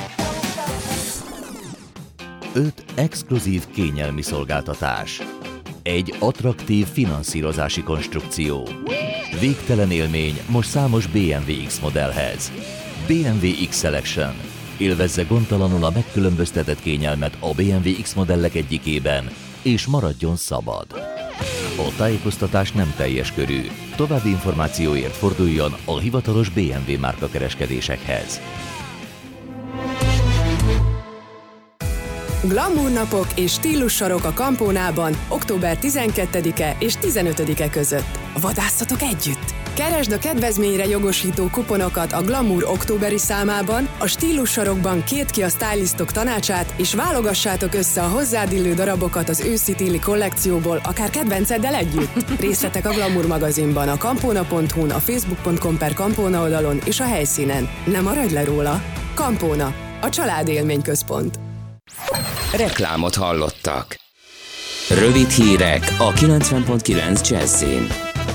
öt exkluzív kényelmi szolgáltatás. Egy attraktív finanszírozási konstrukció. Végtelen élmény most számos bé em vé X modellhez. bé em vé X Selection. Élvezze gondtalanul a megkülönböztetett kényelmet a bé em vé X modellek egyikében, és maradjon szabad. A tájékoztatás nem teljes körű. További információért forduljon a hivatalos bé em vé márkakereskedésekhez.
Glamour napok és stílussarok a Campónában október tizenkettedike és tizenötödike között. Vadászatok együtt! Keresd a kedvezményre jogosító kuponokat a Glamour októberi számában, a stílussarokban két ki a stylistok tanácsát, és válogassátok össze a hozzád illő darabokat az őszi-téli kollekcióból, akár kedvenceddel együtt. Részletek a Glamour magazinban, a campona pont hu-n, a facebook pont com per Campona oldalon és a helyszínen. Ne maradj le róla! Campona, a családélményközpont.
Reklámot hallottak. Rövid hírek a kilencven pont kilenc Jazzin.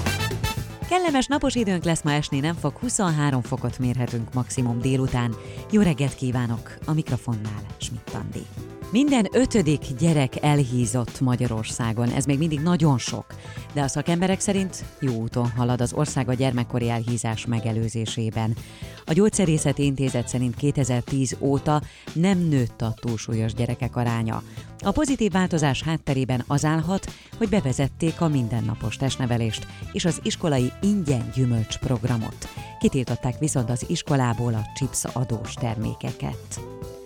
Kellemes napos időnk lesz, ma esni nem fog, huszonhárom fokot mérhetünk maximum délután. Jó reggelt kívánok, a mikrofonnál Schmidt Andi. Minden ötödik gyerek elhízott Magyarországon, ez még mindig nagyon sok, de a szakemberek szerint jó úton halad az ország a gyermekkori elhízás megelőzésében. A Gyógyszerészeti Intézet szerint kétezer-tíz óta nem nőtt a túlsúlyos gyerekek aránya. A pozitív változás hátterében az állhat, hogy bevezették a mindennapos testnevelést és az iskolai ingyen gyümölcs programot. Kitiltották viszont az iskolából a chips adós termékeket.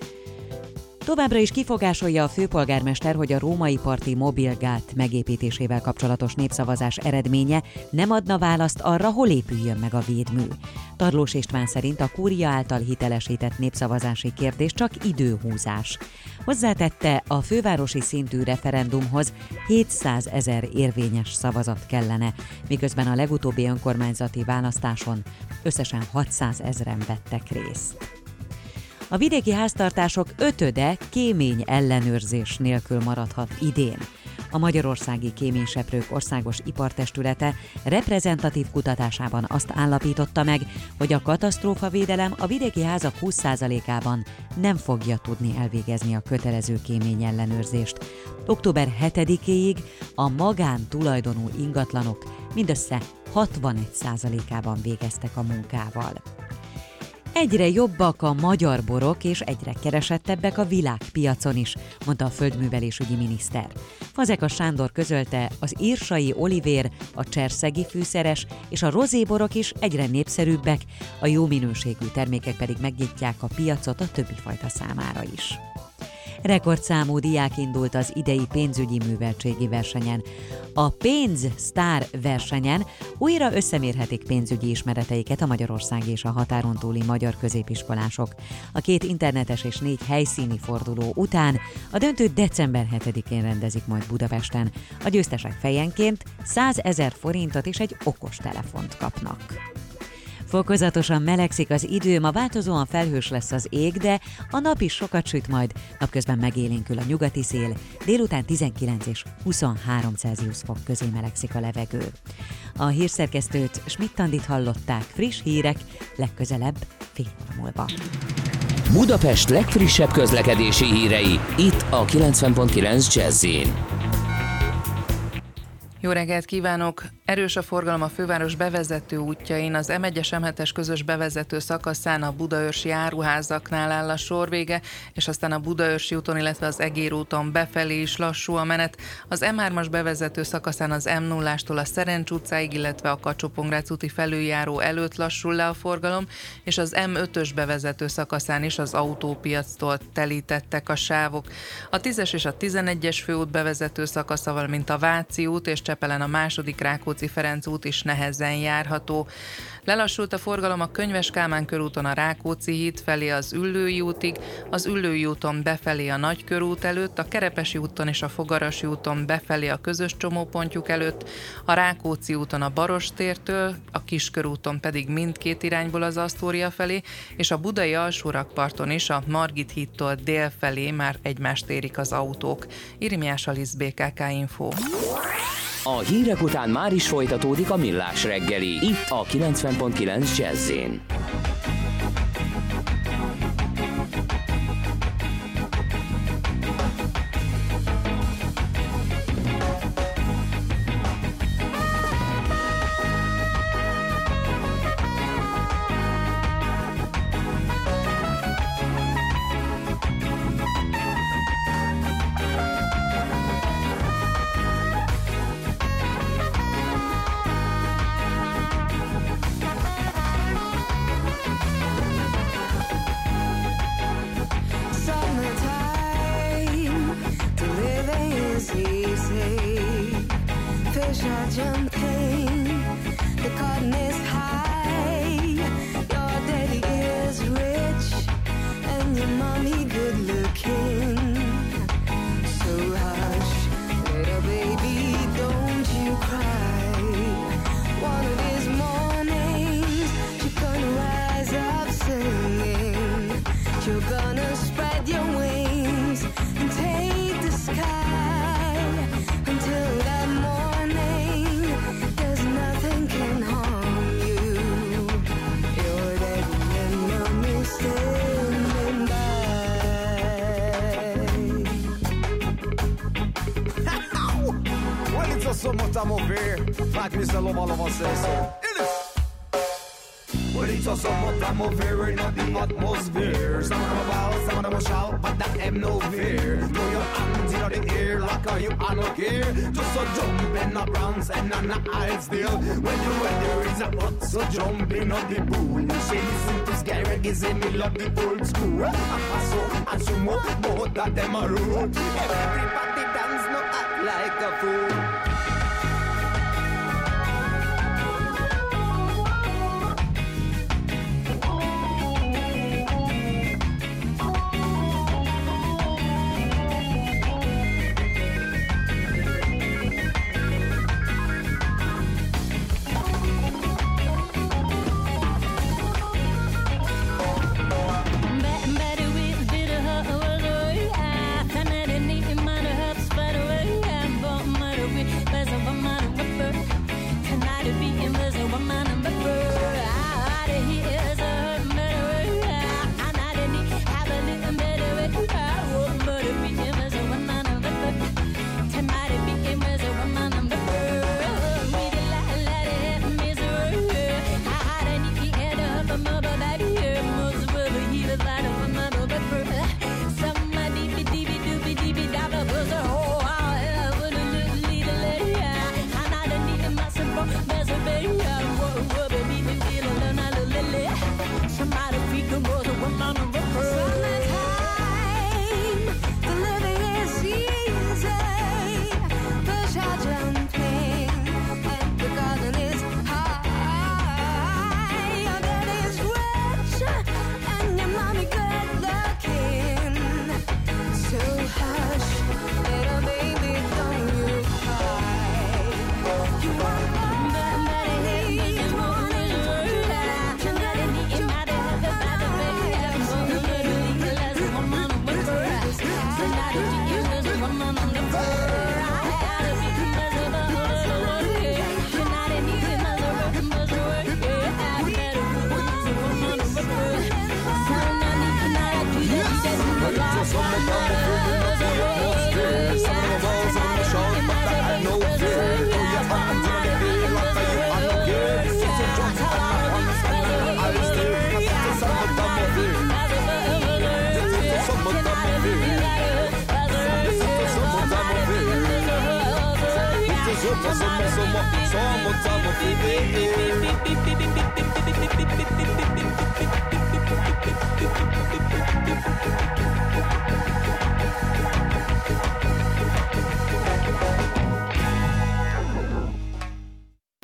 Továbbra is kifogásolja a főpolgármester, hogy a római parti mobilgát megépítésével kapcsolatos népszavazás eredménye nem adna választ arra, hol épüljön meg a védmű. Tarlós István szerint a kúria által hitelesített népszavazási kérdés csak időhúzás. Hozzátette, a fővárosi szintű referendumhoz hétszázezer érvényes szavazat kellene, miközben a legutóbbi önkormányzati választáson összesen hatszázezren vettek részt. A vidéki háztartások ötöde kémény ellenőrzés nélkül maradhat idén. A Magyarországi Kéményseprők Országos Ipartestülete reprezentatív kutatásában azt állapította meg, hogy a katasztrófavédelem a vidéki házak húsz százalékában nem fogja tudni elvégezni a kötelező kémény ellenőrzést. október hetedikéig a magán tulajdonú ingatlanok mindössze hatvanegy százalékában végeztek a munkával. Egyre jobbak a magyar borok, és egyre keresettebbek a világpiacon is, mondta a földművelésügyi miniszter. Fazekas Sándor közölte, az írsai olivér, a cserszegi fűszeres és a rozéborok is egyre népszerűbbek, a jó minőségű termékek pedig megnyitják a piacot a többi fajta számára is. Rekordszámú diák indult az idei pénzügyi műveltségi versenyen. A Pénz Sztár versenyen újra összemérhetik pénzügyi ismereteiket a Magyarország és a határon túli magyar középiskolások. A két internetes és négy helyszíni forduló után a döntőt december hetedikén rendezik majd Budapesten. A győztesek fejenként százezer forintot és egy okostelefont kapnak. Fokozatosan melegszik az idő, ma változóan felhős lesz az ég, de a nap is sokat süt majd, napközben megélénkül a nyugati szél, délután tizenkilenc és huszonhárom Celsius fok közé melegszik a levegő. A hírszerkesztőt, Schmidt Andit hallották, friss hírek legközelebb fél óra múlva.
Budapest legfrissebb közlekedési hírei, itt a kilencven pont kilenc Jazzin.
Jó reggelt kívánok! Erős a forgalom a főváros bevezető útjain, az em egyes em hetes közös bevezető szakaszán a budaörsi áruházaknál áll a sorvége, és aztán a Budaörsi úton, illetve az Egér úton befelé is lassú a menet. Az em hármas bevezető szakaszán az em nullástól a Szerencs utcáig, illetve a Kacsó-Pongrác úti felüljáró előtt lassul le a forgalom, és az em ötös bevezető szakaszán is az autópiactól telítettek a sávok. A tízes és a tizenegyes főút bevezető szakasza, valamint a Váci út és Csepelen a második Rákóczi Rákóczi-Ferenc út is nehezen járható. Lelassult a forgalom a Könyves Kálmán körúton a Rákóczi híd felé az Üllői útig, az Üllői úton befelé a Nagykörút előtt, a Kerepesi úton és a Fogarasi úton befelé a közös csomópontjuk előtt, a Rákóczi úton a Barostértől, a Kiskörúton pedig mindkét irányból az Asztória felé, és a budai alsórakparton is a Margit hídtól dél felé már egymást érik az autók. Irimiás Alisz, bé ká ká Info.
A hírek után már is folytatódik a Millás reggeli, itt a kilencven pont kilenc Jazz-én.
Like Mister Lova Lova says so. Well, it's just so much I'm over in the atmosphere. Some of them wild, some of them will shout, but that have no fear. Throw your hands in the air like a you I don't care. Just so jump in the bronze and on the aisle still. When you weather is a hot, so jump in on the pool. She listen to Sky Reggae, say me love the old school. And Paso and Sumo, both of them are rude. Everybody dance, no act like a fool.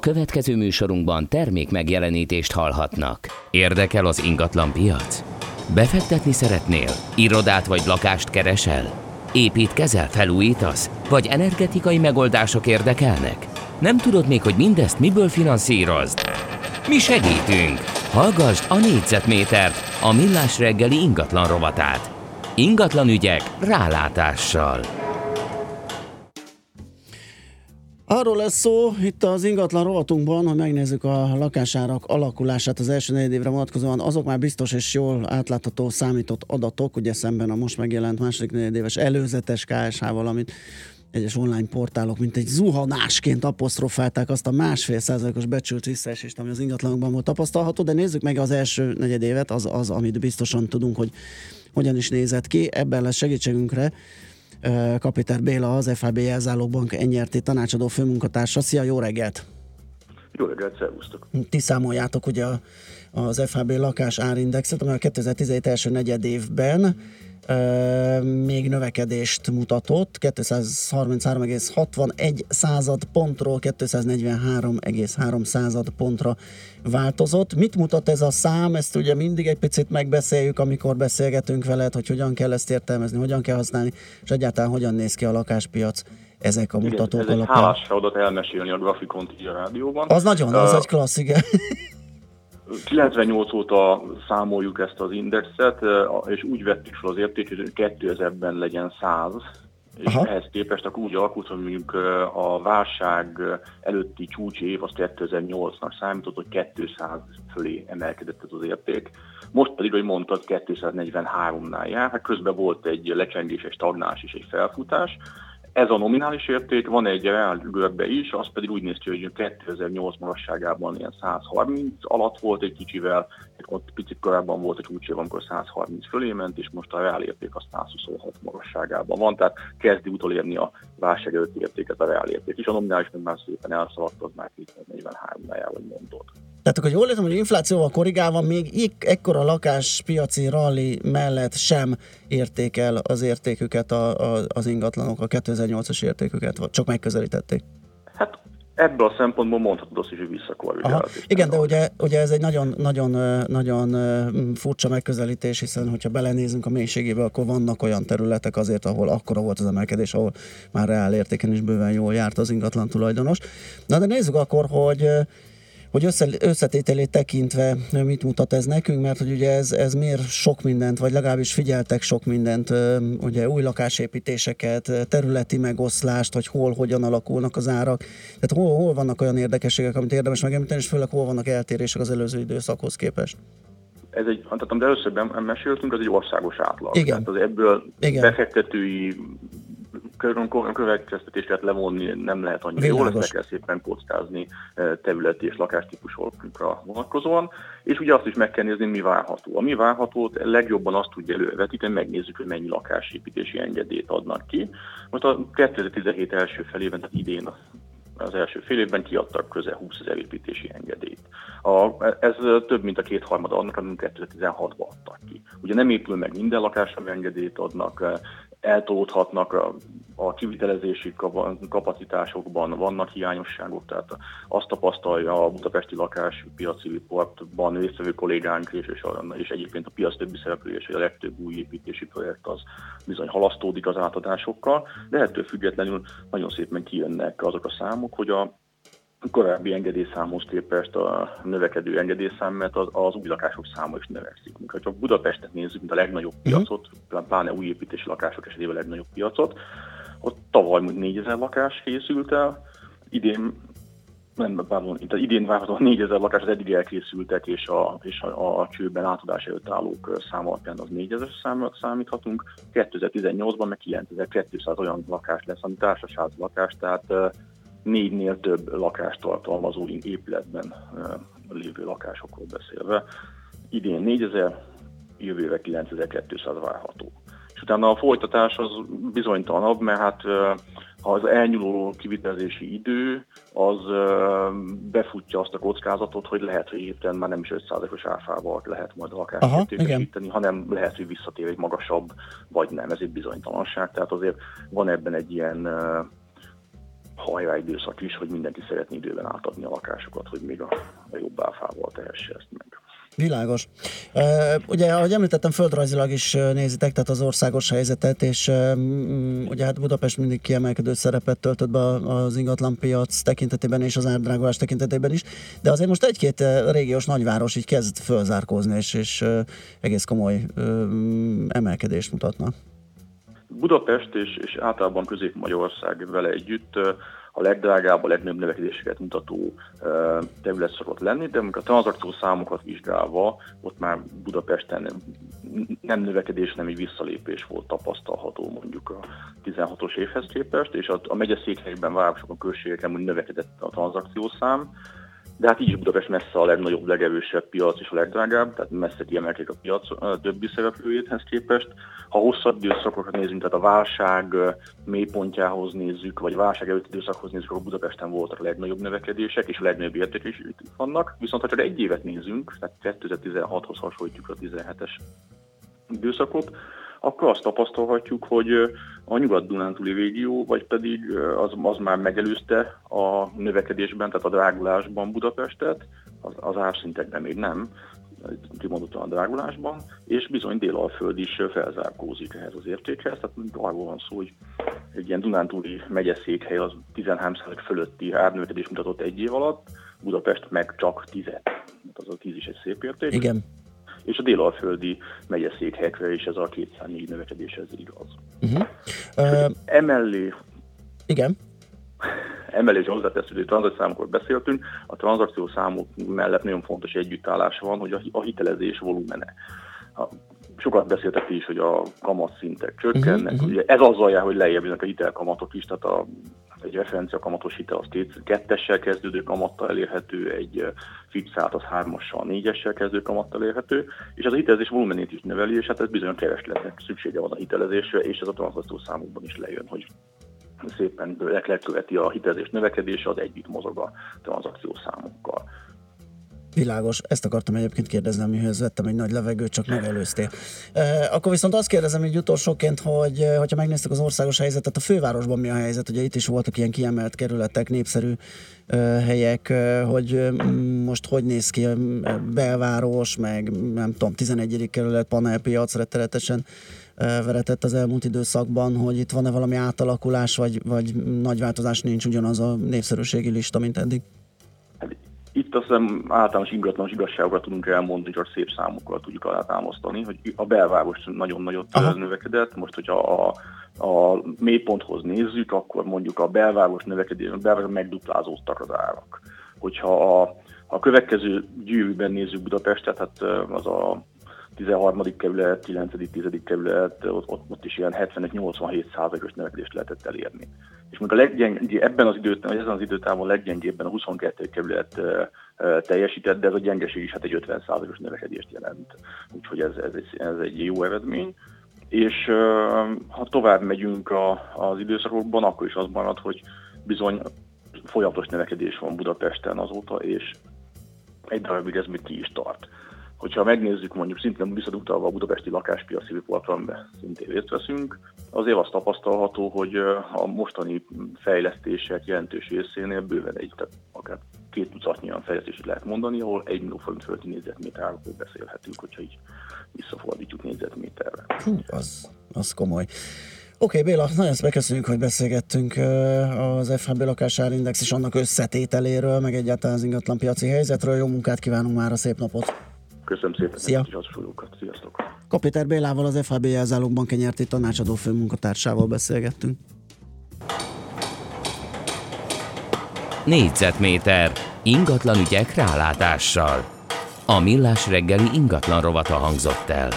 következő műsorunkban termék megjelenítést hallhatnak. Érdekel az ingatlan piac? Befektetni szeretnél? Irodát vagy lakást keresel? Építkezel, felújítasz? Vagy energetikai megoldások érdekelnek? Nem tudod még, hogy mindezt miből finanszírozd? Mi segítünk! Hallgasd a Négyzetmétert, a Millás reggeli ingatlan rovatát. Ingatlan ügyek rálátással.
Arról lesz szó itt az ingatlan rovatunkban, hogy megnézzük a lakásárak alakulását az első negyed évre vonatkozóan. Azok már biztos és jól átlátható számított adatok, ugye szemben a most megjelent második negyedéves előzetes ká es há-val, amit egyes online portálok mint egy zuhanásként apostrofálták azt a másfél százalékos becsült visszaesést, ami az ingatlanokban volt tapasztalható, de nézzük meg az első negyedévet, az, az, amit biztosan tudunk, hogy hogyan is nézett ki. Ebben lesz segítségünkre Kapiter Béla, az ef há bé Jelzálogbank en er té tanácsadó főmunkatársa. Szia, jó reggelt!
Jó reggelt, szervusztok!
Ti számoljátok ugye az ef há bé lakás árindexet, amely a kétezer-tizenhét első negyed évben Uh, még növekedést mutatott, kétszázharminchárom egész hatvanegy század pontról kétszáznegyvenhárom egész három század pontra változott. Mit mutat ez a szám? Ezt ugye mindig egy picit megbeszéljük, amikor beszélgetünk veled, hogy hogyan kell ezt értelmezni, hogyan kell használni, és egyáltalán hogyan néz ki a lakáspiac ezek a mutatók
alapján. Ez egy hálás feladat elmesélni a grafikont így a rádióban.
Az nagyon, az uh, egy klassz, igen.
kilencvennyolc óta számoljuk ezt az indexet, és úgy vettük fel az értéket, hogy kétezerben legyen száz, és aha, ehhez képest akkor úgy alakult, hogy mondjuk a válság előtti csúcsév az kétezer-nyolcnak számított, hogy kétszáz fölé emelkedett ez az érték. Most pedig, hogy mondtad, kétszáznegyvenháromnál jár, hát közben volt egy lecsengés, egy stagnás és egy felfutás. Ez a nominális érték, van egy reál görbe is, az pedig úgy néz ki, hogy kétezer-nyolc magasságában ilyen száz harminc alatt volt egy kicsivel, ott picit korábban volt egy csúcsév, amikor száz harminc fölé ment, és most a reál érték a száz huszonhat magasságában van, tehát kezdi utolérni a válság előtti értéket a reál érték is. A nominális meg már szépen elszaladt, az már kétezer-negyvenháromnál jár, vagy mondod.
Tehát akkor jól értem, hogy inflációval korrigálva még ekkora lakáspiaci ralli mellett sem érték el az értéküket a, a, az ingatlanok, a kétezer-nyolcas értéküket, vagy csak megközelítették?
Hát ebből a szempontból mondhatod azt is, hogy visszakorrigált.
Igen, de ugye, ugye ez egy nagyon, nagyon, nagyon furcsa megközelítés, hiszen hogyha belenézünk a mélységébe, akkor vannak olyan területek azért, ahol akkora volt az emelkedés, ahol már reál értéken is bőven jól járt az ingatlan tulajdonos. Na de nézzük akkor, hogy hogy össze, összetételét tekintve mit mutat ez nekünk, mert hogy ugye ez, ez mér sok mindent, vagy legalábbis figyeltek sok mindent, ugye új lakásépítéseket, területi megoszlást, hogy hol, hogyan alakulnak az árak, tehát hol, hol vannak olyan érdekességek, amit érdemes megemlíteni, és főleg hol vannak eltérések az előző időszakhoz képest.
Ez egy, tehát amit először meséltünk, az egy országos átlag.
Igen.
Tehát az ebből
igen,
befektetői következtetést lehet levonni, nem lehet annyira jól, ezt kell szépen kockázni területi és lakástípusokra vonatkozóan, és ugye azt is meg kell nézni, mi várható. A mi várhatót legjobban azt tudja elővetíteni, megnézzük, hogy mennyi lakásépítési engedélyt adnak ki. Most a kétezer-tizenhét első felében, tehát idén az első fél évben kiadtak közel húszezer építési engedélyt. A, ez több, mint a kétharmada annak, amit kétezer-tizenhatban adtak ki. Ugye nem épül meg minden lakásra, ami engedélyt adnak, eltolódhatnak a, a kivitelezési kapacitásokban, vannak hiányosságok, tehát azt tapasztalja a budapesti lakáspiaci riportban résztvevő kollégánk és, és, és egyébként a piac többi szereplője, hogy a legtöbb új építési projekt az bizony halasztódik az átadásokkal, de ettől függetlenül nagyon szépen kijönnek azok a számok, hogy a korábbi engedélyszámhoz képest a növekedő engedélyszám, mert az, az új lakások száma is növekszik. Ha csak Budapestet nézzük, mint a legnagyobb piacot, pláne új építési lakások esetében a legnagyobb piacot, ott tavaly négyezer lakás készült el, idén nem, pardon, itt idén várhatóan négyezer lakás az eddig elkészültek, és a, és a, a csőben átadás előtt állók szám alapján az négyezer szám, számíthatunk. kétezer-tizennyolcban meg kilencezer-kétszáz olyan lakás lesz, ami társasági lakás, tehát négynél több lakást tartalmazó épületben lévő lakásokról beszélve. Idén négyezer, jövőre kilencezer-kétszáz várható. És utána a folytatás az bizonytalanabb, mert hát ha az elnyúló kivitelezési idő, az befutja azt a kockázatot, hogy lehet, hogy héten már nem is öt százalékos áfával lehet majd a lakást értékesíteni, hanem lehet, hogy visszatér egy magasabb, vagy nem. Ez egy bizonytalanság. Tehát azért van ebben egy ilyen hajrá időszak is, hogy mindenki szeretné időben átadni a lakásokat, hogy még a, a jobb áfával tehesse ezt meg.
Világos. Uh, ugye, ahogy említettem, földrajzilag is nézitek, tehát az országos helyzetet, és um, ugye hát Budapest mindig kiemelkedő szerepet töltött be az ingatlanpiac tekintetében és az árdrágulás tekintetében is, de azért most egy-két régiós nagyváros így kezd fölzárkózni, és, és uh, egész komoly um, emelkedést mutatnak.
Budapest és, és általában Közép-Magyarország vele együtt a legdrágább, a legnagyobb növekedéseket mutató terület szokott lenni, de amikor a tranzakciós számokat vizsgálva, ott már Budapesten nem növekedés, nem egy visszalépés volt tapasztalható mondjuk a tizenhatos évhez képest, és a, a megyeszékhelyekben, városokon, községeken úgy növekedett a tranzakciós szám, de hát így is Budapest messze a legnagyobb, legerősebb piac és a legdrágább, tehát messze kiemelkedik a piac a többi szereplőjéhez képest. Ha hosszabb időszakokat nézünk, tehát a válság mélypontjához nézzük, vagy válság előtti időszakhoz nézzük, akkor Budapesten voltak a legnagyobb növekedések, és a legnagyobb értékek is vannak. Viszont ha csak egy évet nézünk, tehát kétezer-tizenhathoz hasonlítjuk a tizenhetes időszakot, akkor azt tapasztalhatjuk, hogy a Nyugat-Dunántúli régió, vagy pedig az, az már megelőzte a növekedésben, tehát a drágulásban Budapestet, az, az árszintekben még nem, kimondottan a drágulásban, és bizony Délalföld is felzárkózik ehhez az értékhez, tehát arról van szó, hogy egy ilyen Dunántúli megyeszékhely az tizenhárom százalék fölötti árnövekedést mutatott egy év alatt, Budapest meg csak tízet, az a tíz is egy szép érték.
Igen.
És a délalföldi megyeszékhelyekre is ez a kétszázalék növekedés, ez igaz.
Uh-huh. Uh,
Emellé,
igen.
Emellé, és hozzáteszünk, hogy tranzakciós számokról beszéltünk, a tranzakciós számok mellett nagyon fontos együttállás van, hogy a hitelezés volumene. Sokat beszéltek is, hogy a kamatszintek csökkennek, uh-huh. ugye ez azzal jár, hogy lejjebb jönnek a hitelkamatok is, tehát a egy referencia kamatos hitel az kettessel kezdődő kamattal elérhető, egy fixát az hármassal, négyessel kezdődő kamattal elérhető, és az a hitelezés volumenét is növeli, és hát ez bizony keresletnek szüksége van a hitelezésre, és ez a tranzakciós számokban is lejön, hogy szépen leköveti a hitelezés növekedése, az együtt mozog a tranzakciós számokkal.
Világos, ezt akartam egyébként kérdezni, amihez vettem egy nagy levegőt, csak megelőzték. E, akkor viszont azt kérdezem így utolsóként, hogy hogyha megnéztük az országos helyzetet, a fővárosban mi a helyzet? Ugye itt is voltak ilyen kiemelt kerületek, népszerű e, helyek, e, hogy most hogy néz ki a belváros, meg nem tudom, tizenegyedik kerület panelpiac rettenetesen e, veretett az elmúlt időszakban, hogy itt van-e valami átalakulás, vagy, vagy nagy változás nincs, ugyanaz a népszerűségi lista, mint eddig?
Itt azt hiszem általános ingatlanos igazságokat tudunk elmondani, csak szép számokkal tudjuk alátámasztani, hogy a belváros nagyon nagyot Aha. növekedett. Most, hogyha a, a mélyponthoz nézzük, akkor mondjuk a belváros növekedés, a belváros megduplázódtak az árak. Hogyha a, a következő gyűrűben nézzük Budapestet, hát az a tizenharmadik kerület, kilencedik tizedik kerület, ott, ott, ott is ilyen hetvenöt-nyolcvanhét százalékos növekedést lehetett elérni. És még a leggyeng, ebben az időtávon, ezen az időtávon leggyengébben a huszonkettő kerület e, e, teljesített, de ez a gyengeség is hát egy ötven százalékos növekedést jelent. Úgyhogy ez, ez, egy, ez egy jó eredmény. És e, ha tovább megyünk a, az időszakokban, akkor is az marad, hogy bizony folyamatos növekedés van Budapesten azóta, és egy darabig ez még ki is tart. Hogyha megnézzük, mondjuk szintén visszadutalva a budapesti lakáspiaci riportban szintén részt veszünk, azért azt tapasztalható, hogy a mostani fejlesztések jelentős részénél bőven egy, tehát akár két tucatnyi olyan fejlesztést lehet mondani, ahol egy millió forint fölötti négyzetméterről beszélhetünk, hogyha így visszafordítjuk négyzetméterre.
Hú, az, az komoly. Oké, okay, Béla, nagyon szépen köszönjük, hogy beszélgettünk az ef há bé lakásárindex és annak összetételéről, meg egyáltalán az ingatlanpiaci helyzetről. Jó munkát kívánunk mára, szép napot!
Köszönöm szépen.
Szia.
És hasonlókat. Sziasztok!
Kapiter Bélával, az ef há bé Jelzálogbank nyerti tanácsadó főmunkatársával beszélgettünk.
Négyzetméter ingatlan ügyek rálátással. A Millás reggeli ingatlan rovata hangzott el.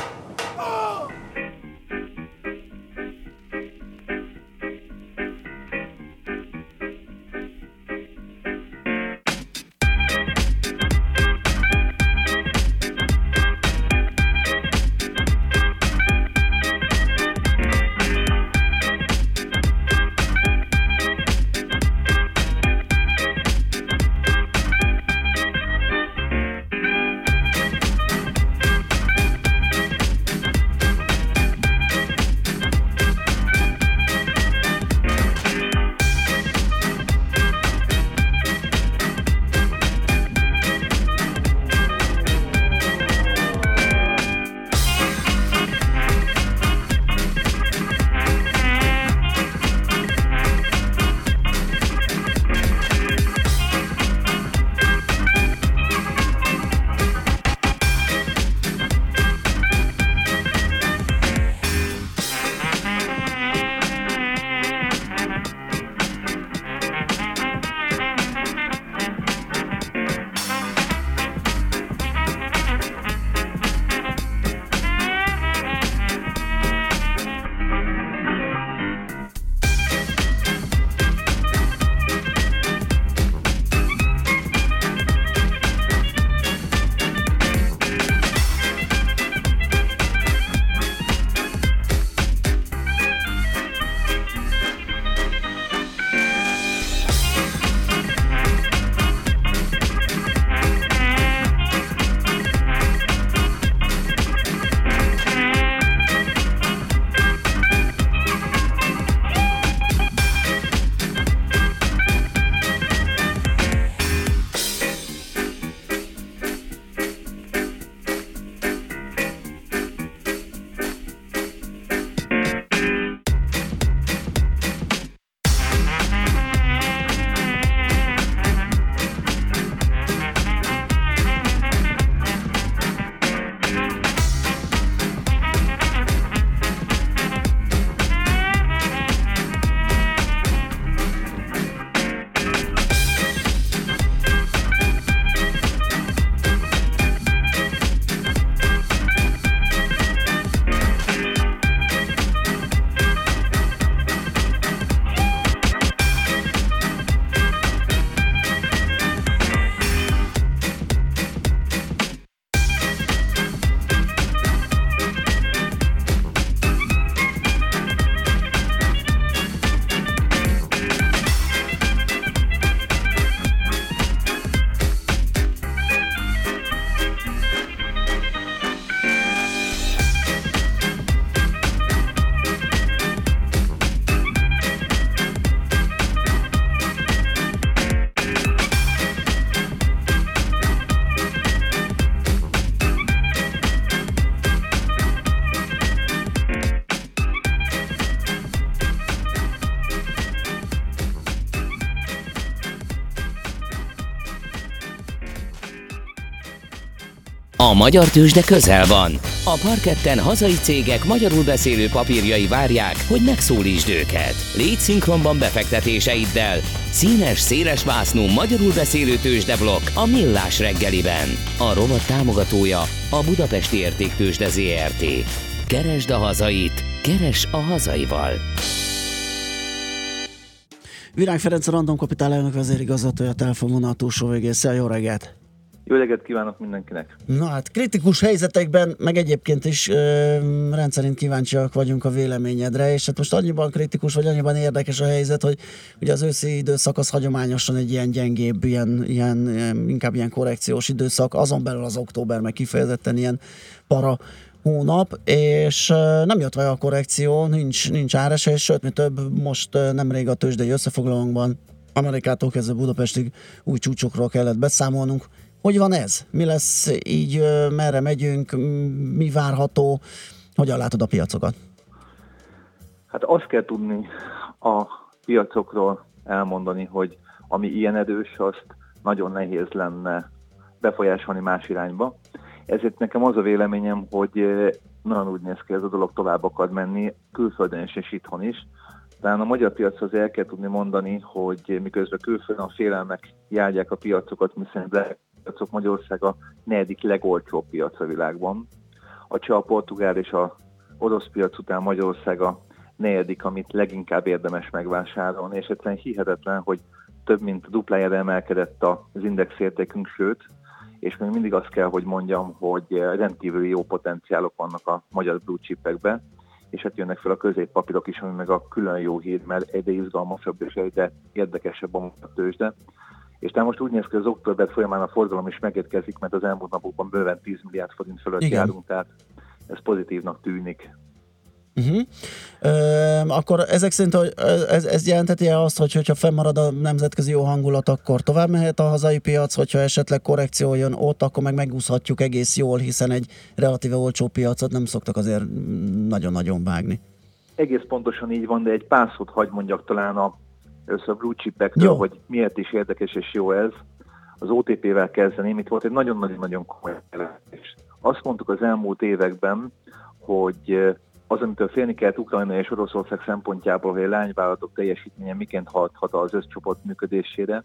A magyar tőzsde közel van. A parketten hazai cégek magyarul beszélő papírjai várják, hogy megszólítsd őket. Légy szinkronban befektetéseiddel. Színes, széles vásznú magyarul beszélő tőzsdeblokk a Millás reggeliben. A rovat támogatója a Budapesti Értéktőzsde zé er té. Keresd a hazait, keresd a hazaival.
Virág Ferenc, a Random Capital elnök vezérigazgatója, a telefonvonal túlsó végén. Szia, jó reggelt!
Jó reggelt kívánok mindenkinek!
Na hát, kritikus helyzetekben, meg egyébként is ö, rendszerint kíváncsiak vagyunk a véleményedre, és hát most annyiban kritikus, vagy annyiban érdekes a helyzet, hogy ugye az őszi időszak az hagyományosan egy ilyen gyengébb, ilyen, ilyen, inkább ilyen korrekciós időszak, azon belül az október meg kifejezetten ilyen para hónap, és nem jött vele a korrekció, nincs, nincs áresés, sőt, mi több, most nemrég a tőzsdei összefoglalónkban Amerikától kezdve Budapestig új csúcsokról kellett beszámolnunk. Hogy van ez? Mi lesz így, merre megyünk, mi várható, hogyan látod a piacokat?
Hát azt kell tudni a piacokról elmondani, hogy ami ilyen erős, azt nagyon nehéz lenne befolyásolni más irányba. Ezért nekem az a véleményem, hogy nagyon úgy néz ki, ez a dolog tovább akar menni, külföldön is és itthon is. Talán a magyar piachoz el kell tudni mondani, hogy miközben külföldön a félelmek járják a piacokat, miszerint a piacok Magyarország a negyedik legolcsóbb piac a világban. A cseh, a portugál és a orosz piac után Magyarország a negyedik, amit leginkább érdemes megvásárolni, és egyszerűen hihetetlen, hogy több mint duplájára emelkedett az indexértékünk, sőt, és még mindig azt kell, hogy mondjam, hogy rendkívül jó potenciálok vannak a magyar blue chipekben, és hát jönnek fel a középpapírok is, ami meg a külön jó hír, mert egyre izgalmasabb és egyre érdekesebb a tőzsde. És tehát most úgy néz ki, hogy az október folyamán a forgalom is megérkezik, mert az elmúlt napokban bőven tíz milliárd forint fölött igen. járunk, tehát ez pozitívnak tűnik.
Uh-huh. Ö, akkor ezek szerint, hogy ez, ez jelenteti azt, hogy hogyha fennmarad a nemzetközi jó hangulat, akkor tovább mehet a hazai piac, hogyha esetleg korrekció jön ott, akkor meg megúszhatjuk egész jól, hiszen egy relatíve olcsó piacot nem szoktak azért nagyon-nagyon vágni.
Egész pontosan így van, de egy pár szót hagy mondjak talán a, először a blue chipekről, hogy miért is érdekes és jó ez. Az o té pé-vel kezdeném, itt volt egy nagyon-nagyon-nagyon komoly jelentés. Azt mondtuk az elmúlt években, hogy az, amitől félni kellett Ukrajna és Oroszország szempontjából, hogy a leányvállalatok teljesítménye miként hathat az összcsoport működésére,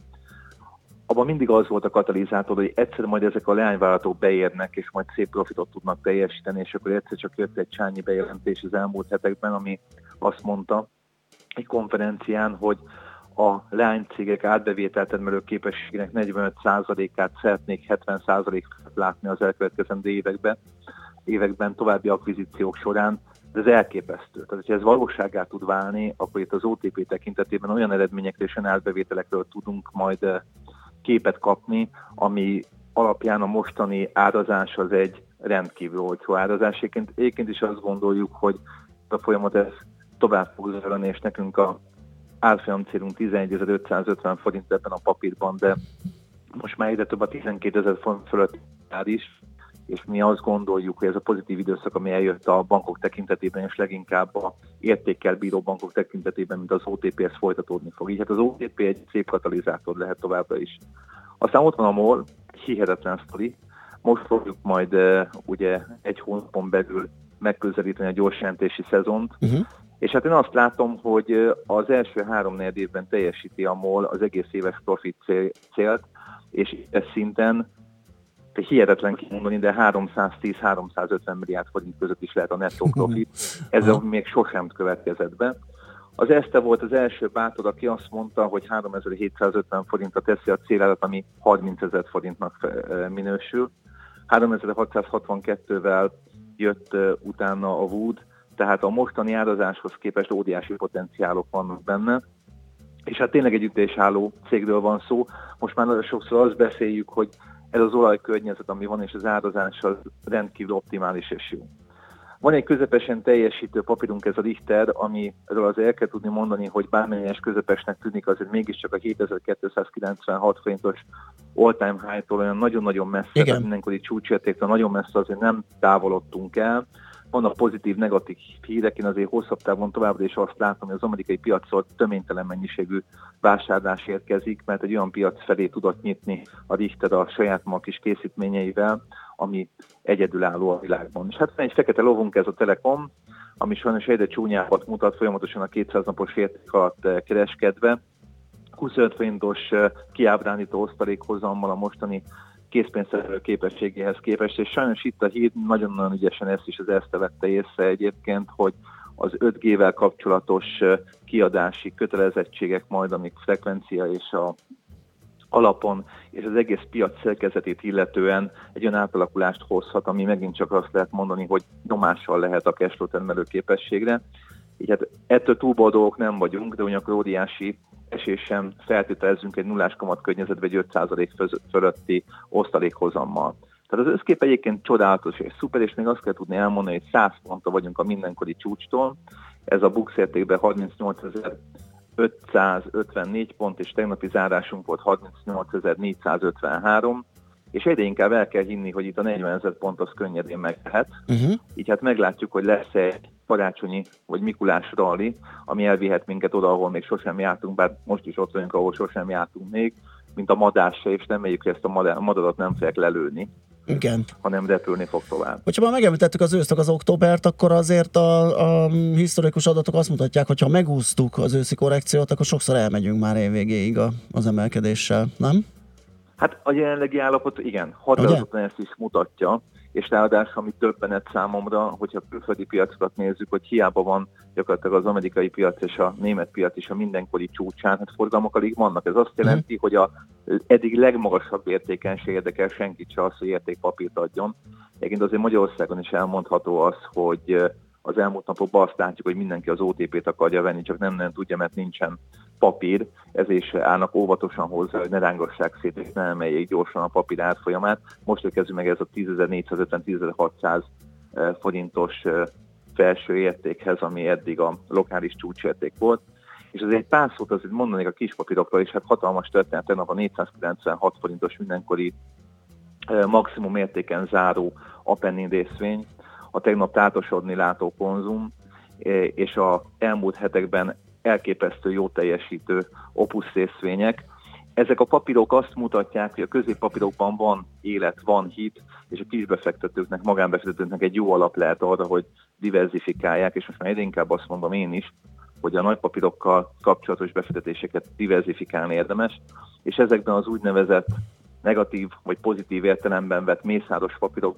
abban mindig az volt a katalizátor, hogy egyszer majd ezek a leányvállalatok beérnek, és majd szép profitot tudnak teljesíteni, és akkor egyszer csak jött egy csányi bejelentés az elmúlt hetekben, ami azt mondta egy konferencián, hogy a leánycégek átbevételtermelő képességének negyvenöt százalékát szeretnék hetven százalékot látni az elkövetkezendő években, években további akvizíciók során, de ez elképesztő. Tehát, hogyha ez valósággá tud válni, akkor itt az o té pé tekintetében olyan eredményekről és olyan átbevételekről tudunk majd képet kapni, ami alapján a mostani árazás az egy rendkívül olcsó árazás. Egyébként is azt gondoljuk, hogy a folyamat ez tovább fog zajlani, és nekünk a árfolyam célunk tizenegyezer-ötszázötven forint ebben a papírban, de most már egyre több a tizenkétezer forint fölött áll is, és mi azt gondoljuk, hogy ez a pozitív időszak, ami eljött a bankok tekintetében, és leginkább a értékkel bíró bankok tekintetében, mint az o té pé, ez folytatódni fog. Így hát az o té pé egy szép katalizátor lehet továbbra is. Aztán ott van a MOL, hihetetlen sztori. Most fogjuk majd uh, ugye egy hónapon belül megközelíteni a gyorsjelentési szezont, uh-huh. és hát én azt látom, hogy az első három-négy évben teljesíti a MOL az egész éves profit célt, és ez szinten hihetetlen kimondani, de háromszáztíz-háromszázötven milliárd forint között is lehet a nettó profit. Ez uh-huh. még sosem következett be. Az Erste volt az első bátor, aki azt mondta, hogy háromezer-hétszázötven forintra teszi a célárat, ami harmincezer forintnak minősül. háromezer-hatszázhatvankettővel jött utána a Wood, tehát a mostani árazáshoz képest óriási potenciálok vannak benne. És hát tényleg egy ütésálló cégről van szó. Most már nagyon sokszor azt beszéljük, hogy ez az olajkörnyezet, ami van, és az árazás az rendkívül optimális és jó. Van egy közepesen teljesítő papírunk, ez a Richter, ami erről azért el kell tudni mondani, hogy bármilyen közepesnek tűnik, azért mégiscsak a hétezer-kétszázkilencvenhat forintos all-time high-tól olyan nagyon-nagyon messze, tehát mindenkori csúcsértéktől nagyon messze azért nem távolodtunk el. Vannak pozitív, negatív hírek, én azért hosszabb távon továbbra is azt látom, hogy az amerikai piacról töménytelen mennyiségű vásárlás érkezik, mert egy olyan piac felé tudott nyitni a Richter a saját maga kis készítményeivel, ami egyedülálló a világban. És hát egy fekete lovunk, ez a Telekom, ami sajnos egyre csúnyábbat mutat, folyamatosan a kétszáz napos érték alatt kereskedve. huszonöt forintos kiábrándító osztalékhozammal a mostani készpénzszerző képességéhez képest, és sajnos itt a hír nagyon-nagyon ügyesen ezt is az Erste vette észre egyébként, hogy az öt G-vel kapcsolatos kiadási kötelezettségek majd, amik frekvencia és a alapon, és az egész piac szerkezetét illetően egy olyan átalakulást hozhat, ami megint csak azt lehet mondani, hogy nyomással lehet a cashflow termelő képességre. Így hát ettől túlboldogok nem vagyunk, de ugyanakkor óriási esésen feltételezzünk egy nullás kamat környezetben egy öt százalék fölötti osztalékhozammal. Tehát az összkép egyébként csodálatos és szuper, és még azt kell tudni elmondani, hogy száz pontra vagyunk a mindenkori csúcstól. Ez a Bux értékben harmincnyolcezer-ötszázötvennégy pont, és tegnapi zárásunk volt harmincnyolcezer-négyszázötvenhárom, és egyre inkább el kell hinni, hogy itt a negyvenezer pont az könnyedén meg lehet. Uh-huh. Így hát meglátjuk, hogy lesz egy karácsonyi vagy Mikulás rally, ami elvihet minket oda, ahol még sosem jártunk, bár most is ott vagyunk, ahol sosem jártunk még, mint a madársa, és reméljük, hogy ezt a madár, madarat nem fogják lelőni.
Igen.
Hanem repülni fog tovább.
Hogyha már megemlítettük az őszt, az októbert, akkor azért a, a historikus adatok azt mutatják, hogy ha megúsztuk az őszi korrekciót, akkor sokszor elmegyünk már évvégéig a, az emelkedéssel, nem?
Hát a jelenlegi állapot igen, határozottan ezt is mutatja, és ráadásul ami többenet számomra, hogyha külföldi piacokat nézzük, hogy hiába van gyakorlatilag az amerikai piac és a német piac is a mindenkori csúcsán, hát forgalmak alig vannak. Ez azt jelenti, mm. hogy a eddig legmagasabb értéken se érdekel senkit se az, hogy értékpapírt adjon. Egyébként azért Magyarországon is elmondható az, hogy az elmúlt napokban azt látjuk, hogy mindenki az o té pét akarja venni, csak nem, nem tudja, mert nincsen papír, ezért is állnak óvatosan hozzá, hogy ne rángassák szét, és ne emeljék gyorsan a papír árfolyamát. Most érkezünk meg ez a tízezer-négyszázötven-tízezer-hatszáz forintos felső értékhez, ami eddig a lokális csúcsérték volt. És azért egy pár szót azért mondanék a kispapírokról, és hát hatalmas történet, tegnap a négyszázkilencvenhat forintos mindenkori maximum értéken záró Apennin részvény, a tegnap tátosodni látó Konzum, és a elmúlt hetekben elképesztő jó teljesítő Opus részvények. Ezek a papírok azt mutatják, hogy a középpapírokban van élet, van hit, és a kisbefektetőknek, magánbefektetőknek egy jó alap lehet arra, hogy diversifikálják, és most már egyre inkább azt mondom én is, hogy a nagypapírokkal kapcsolatos befektetéseket diversifikálni érdemes, és ezekben az úgynevezett negatív vagy pozitív értelemben vett mészáros papírok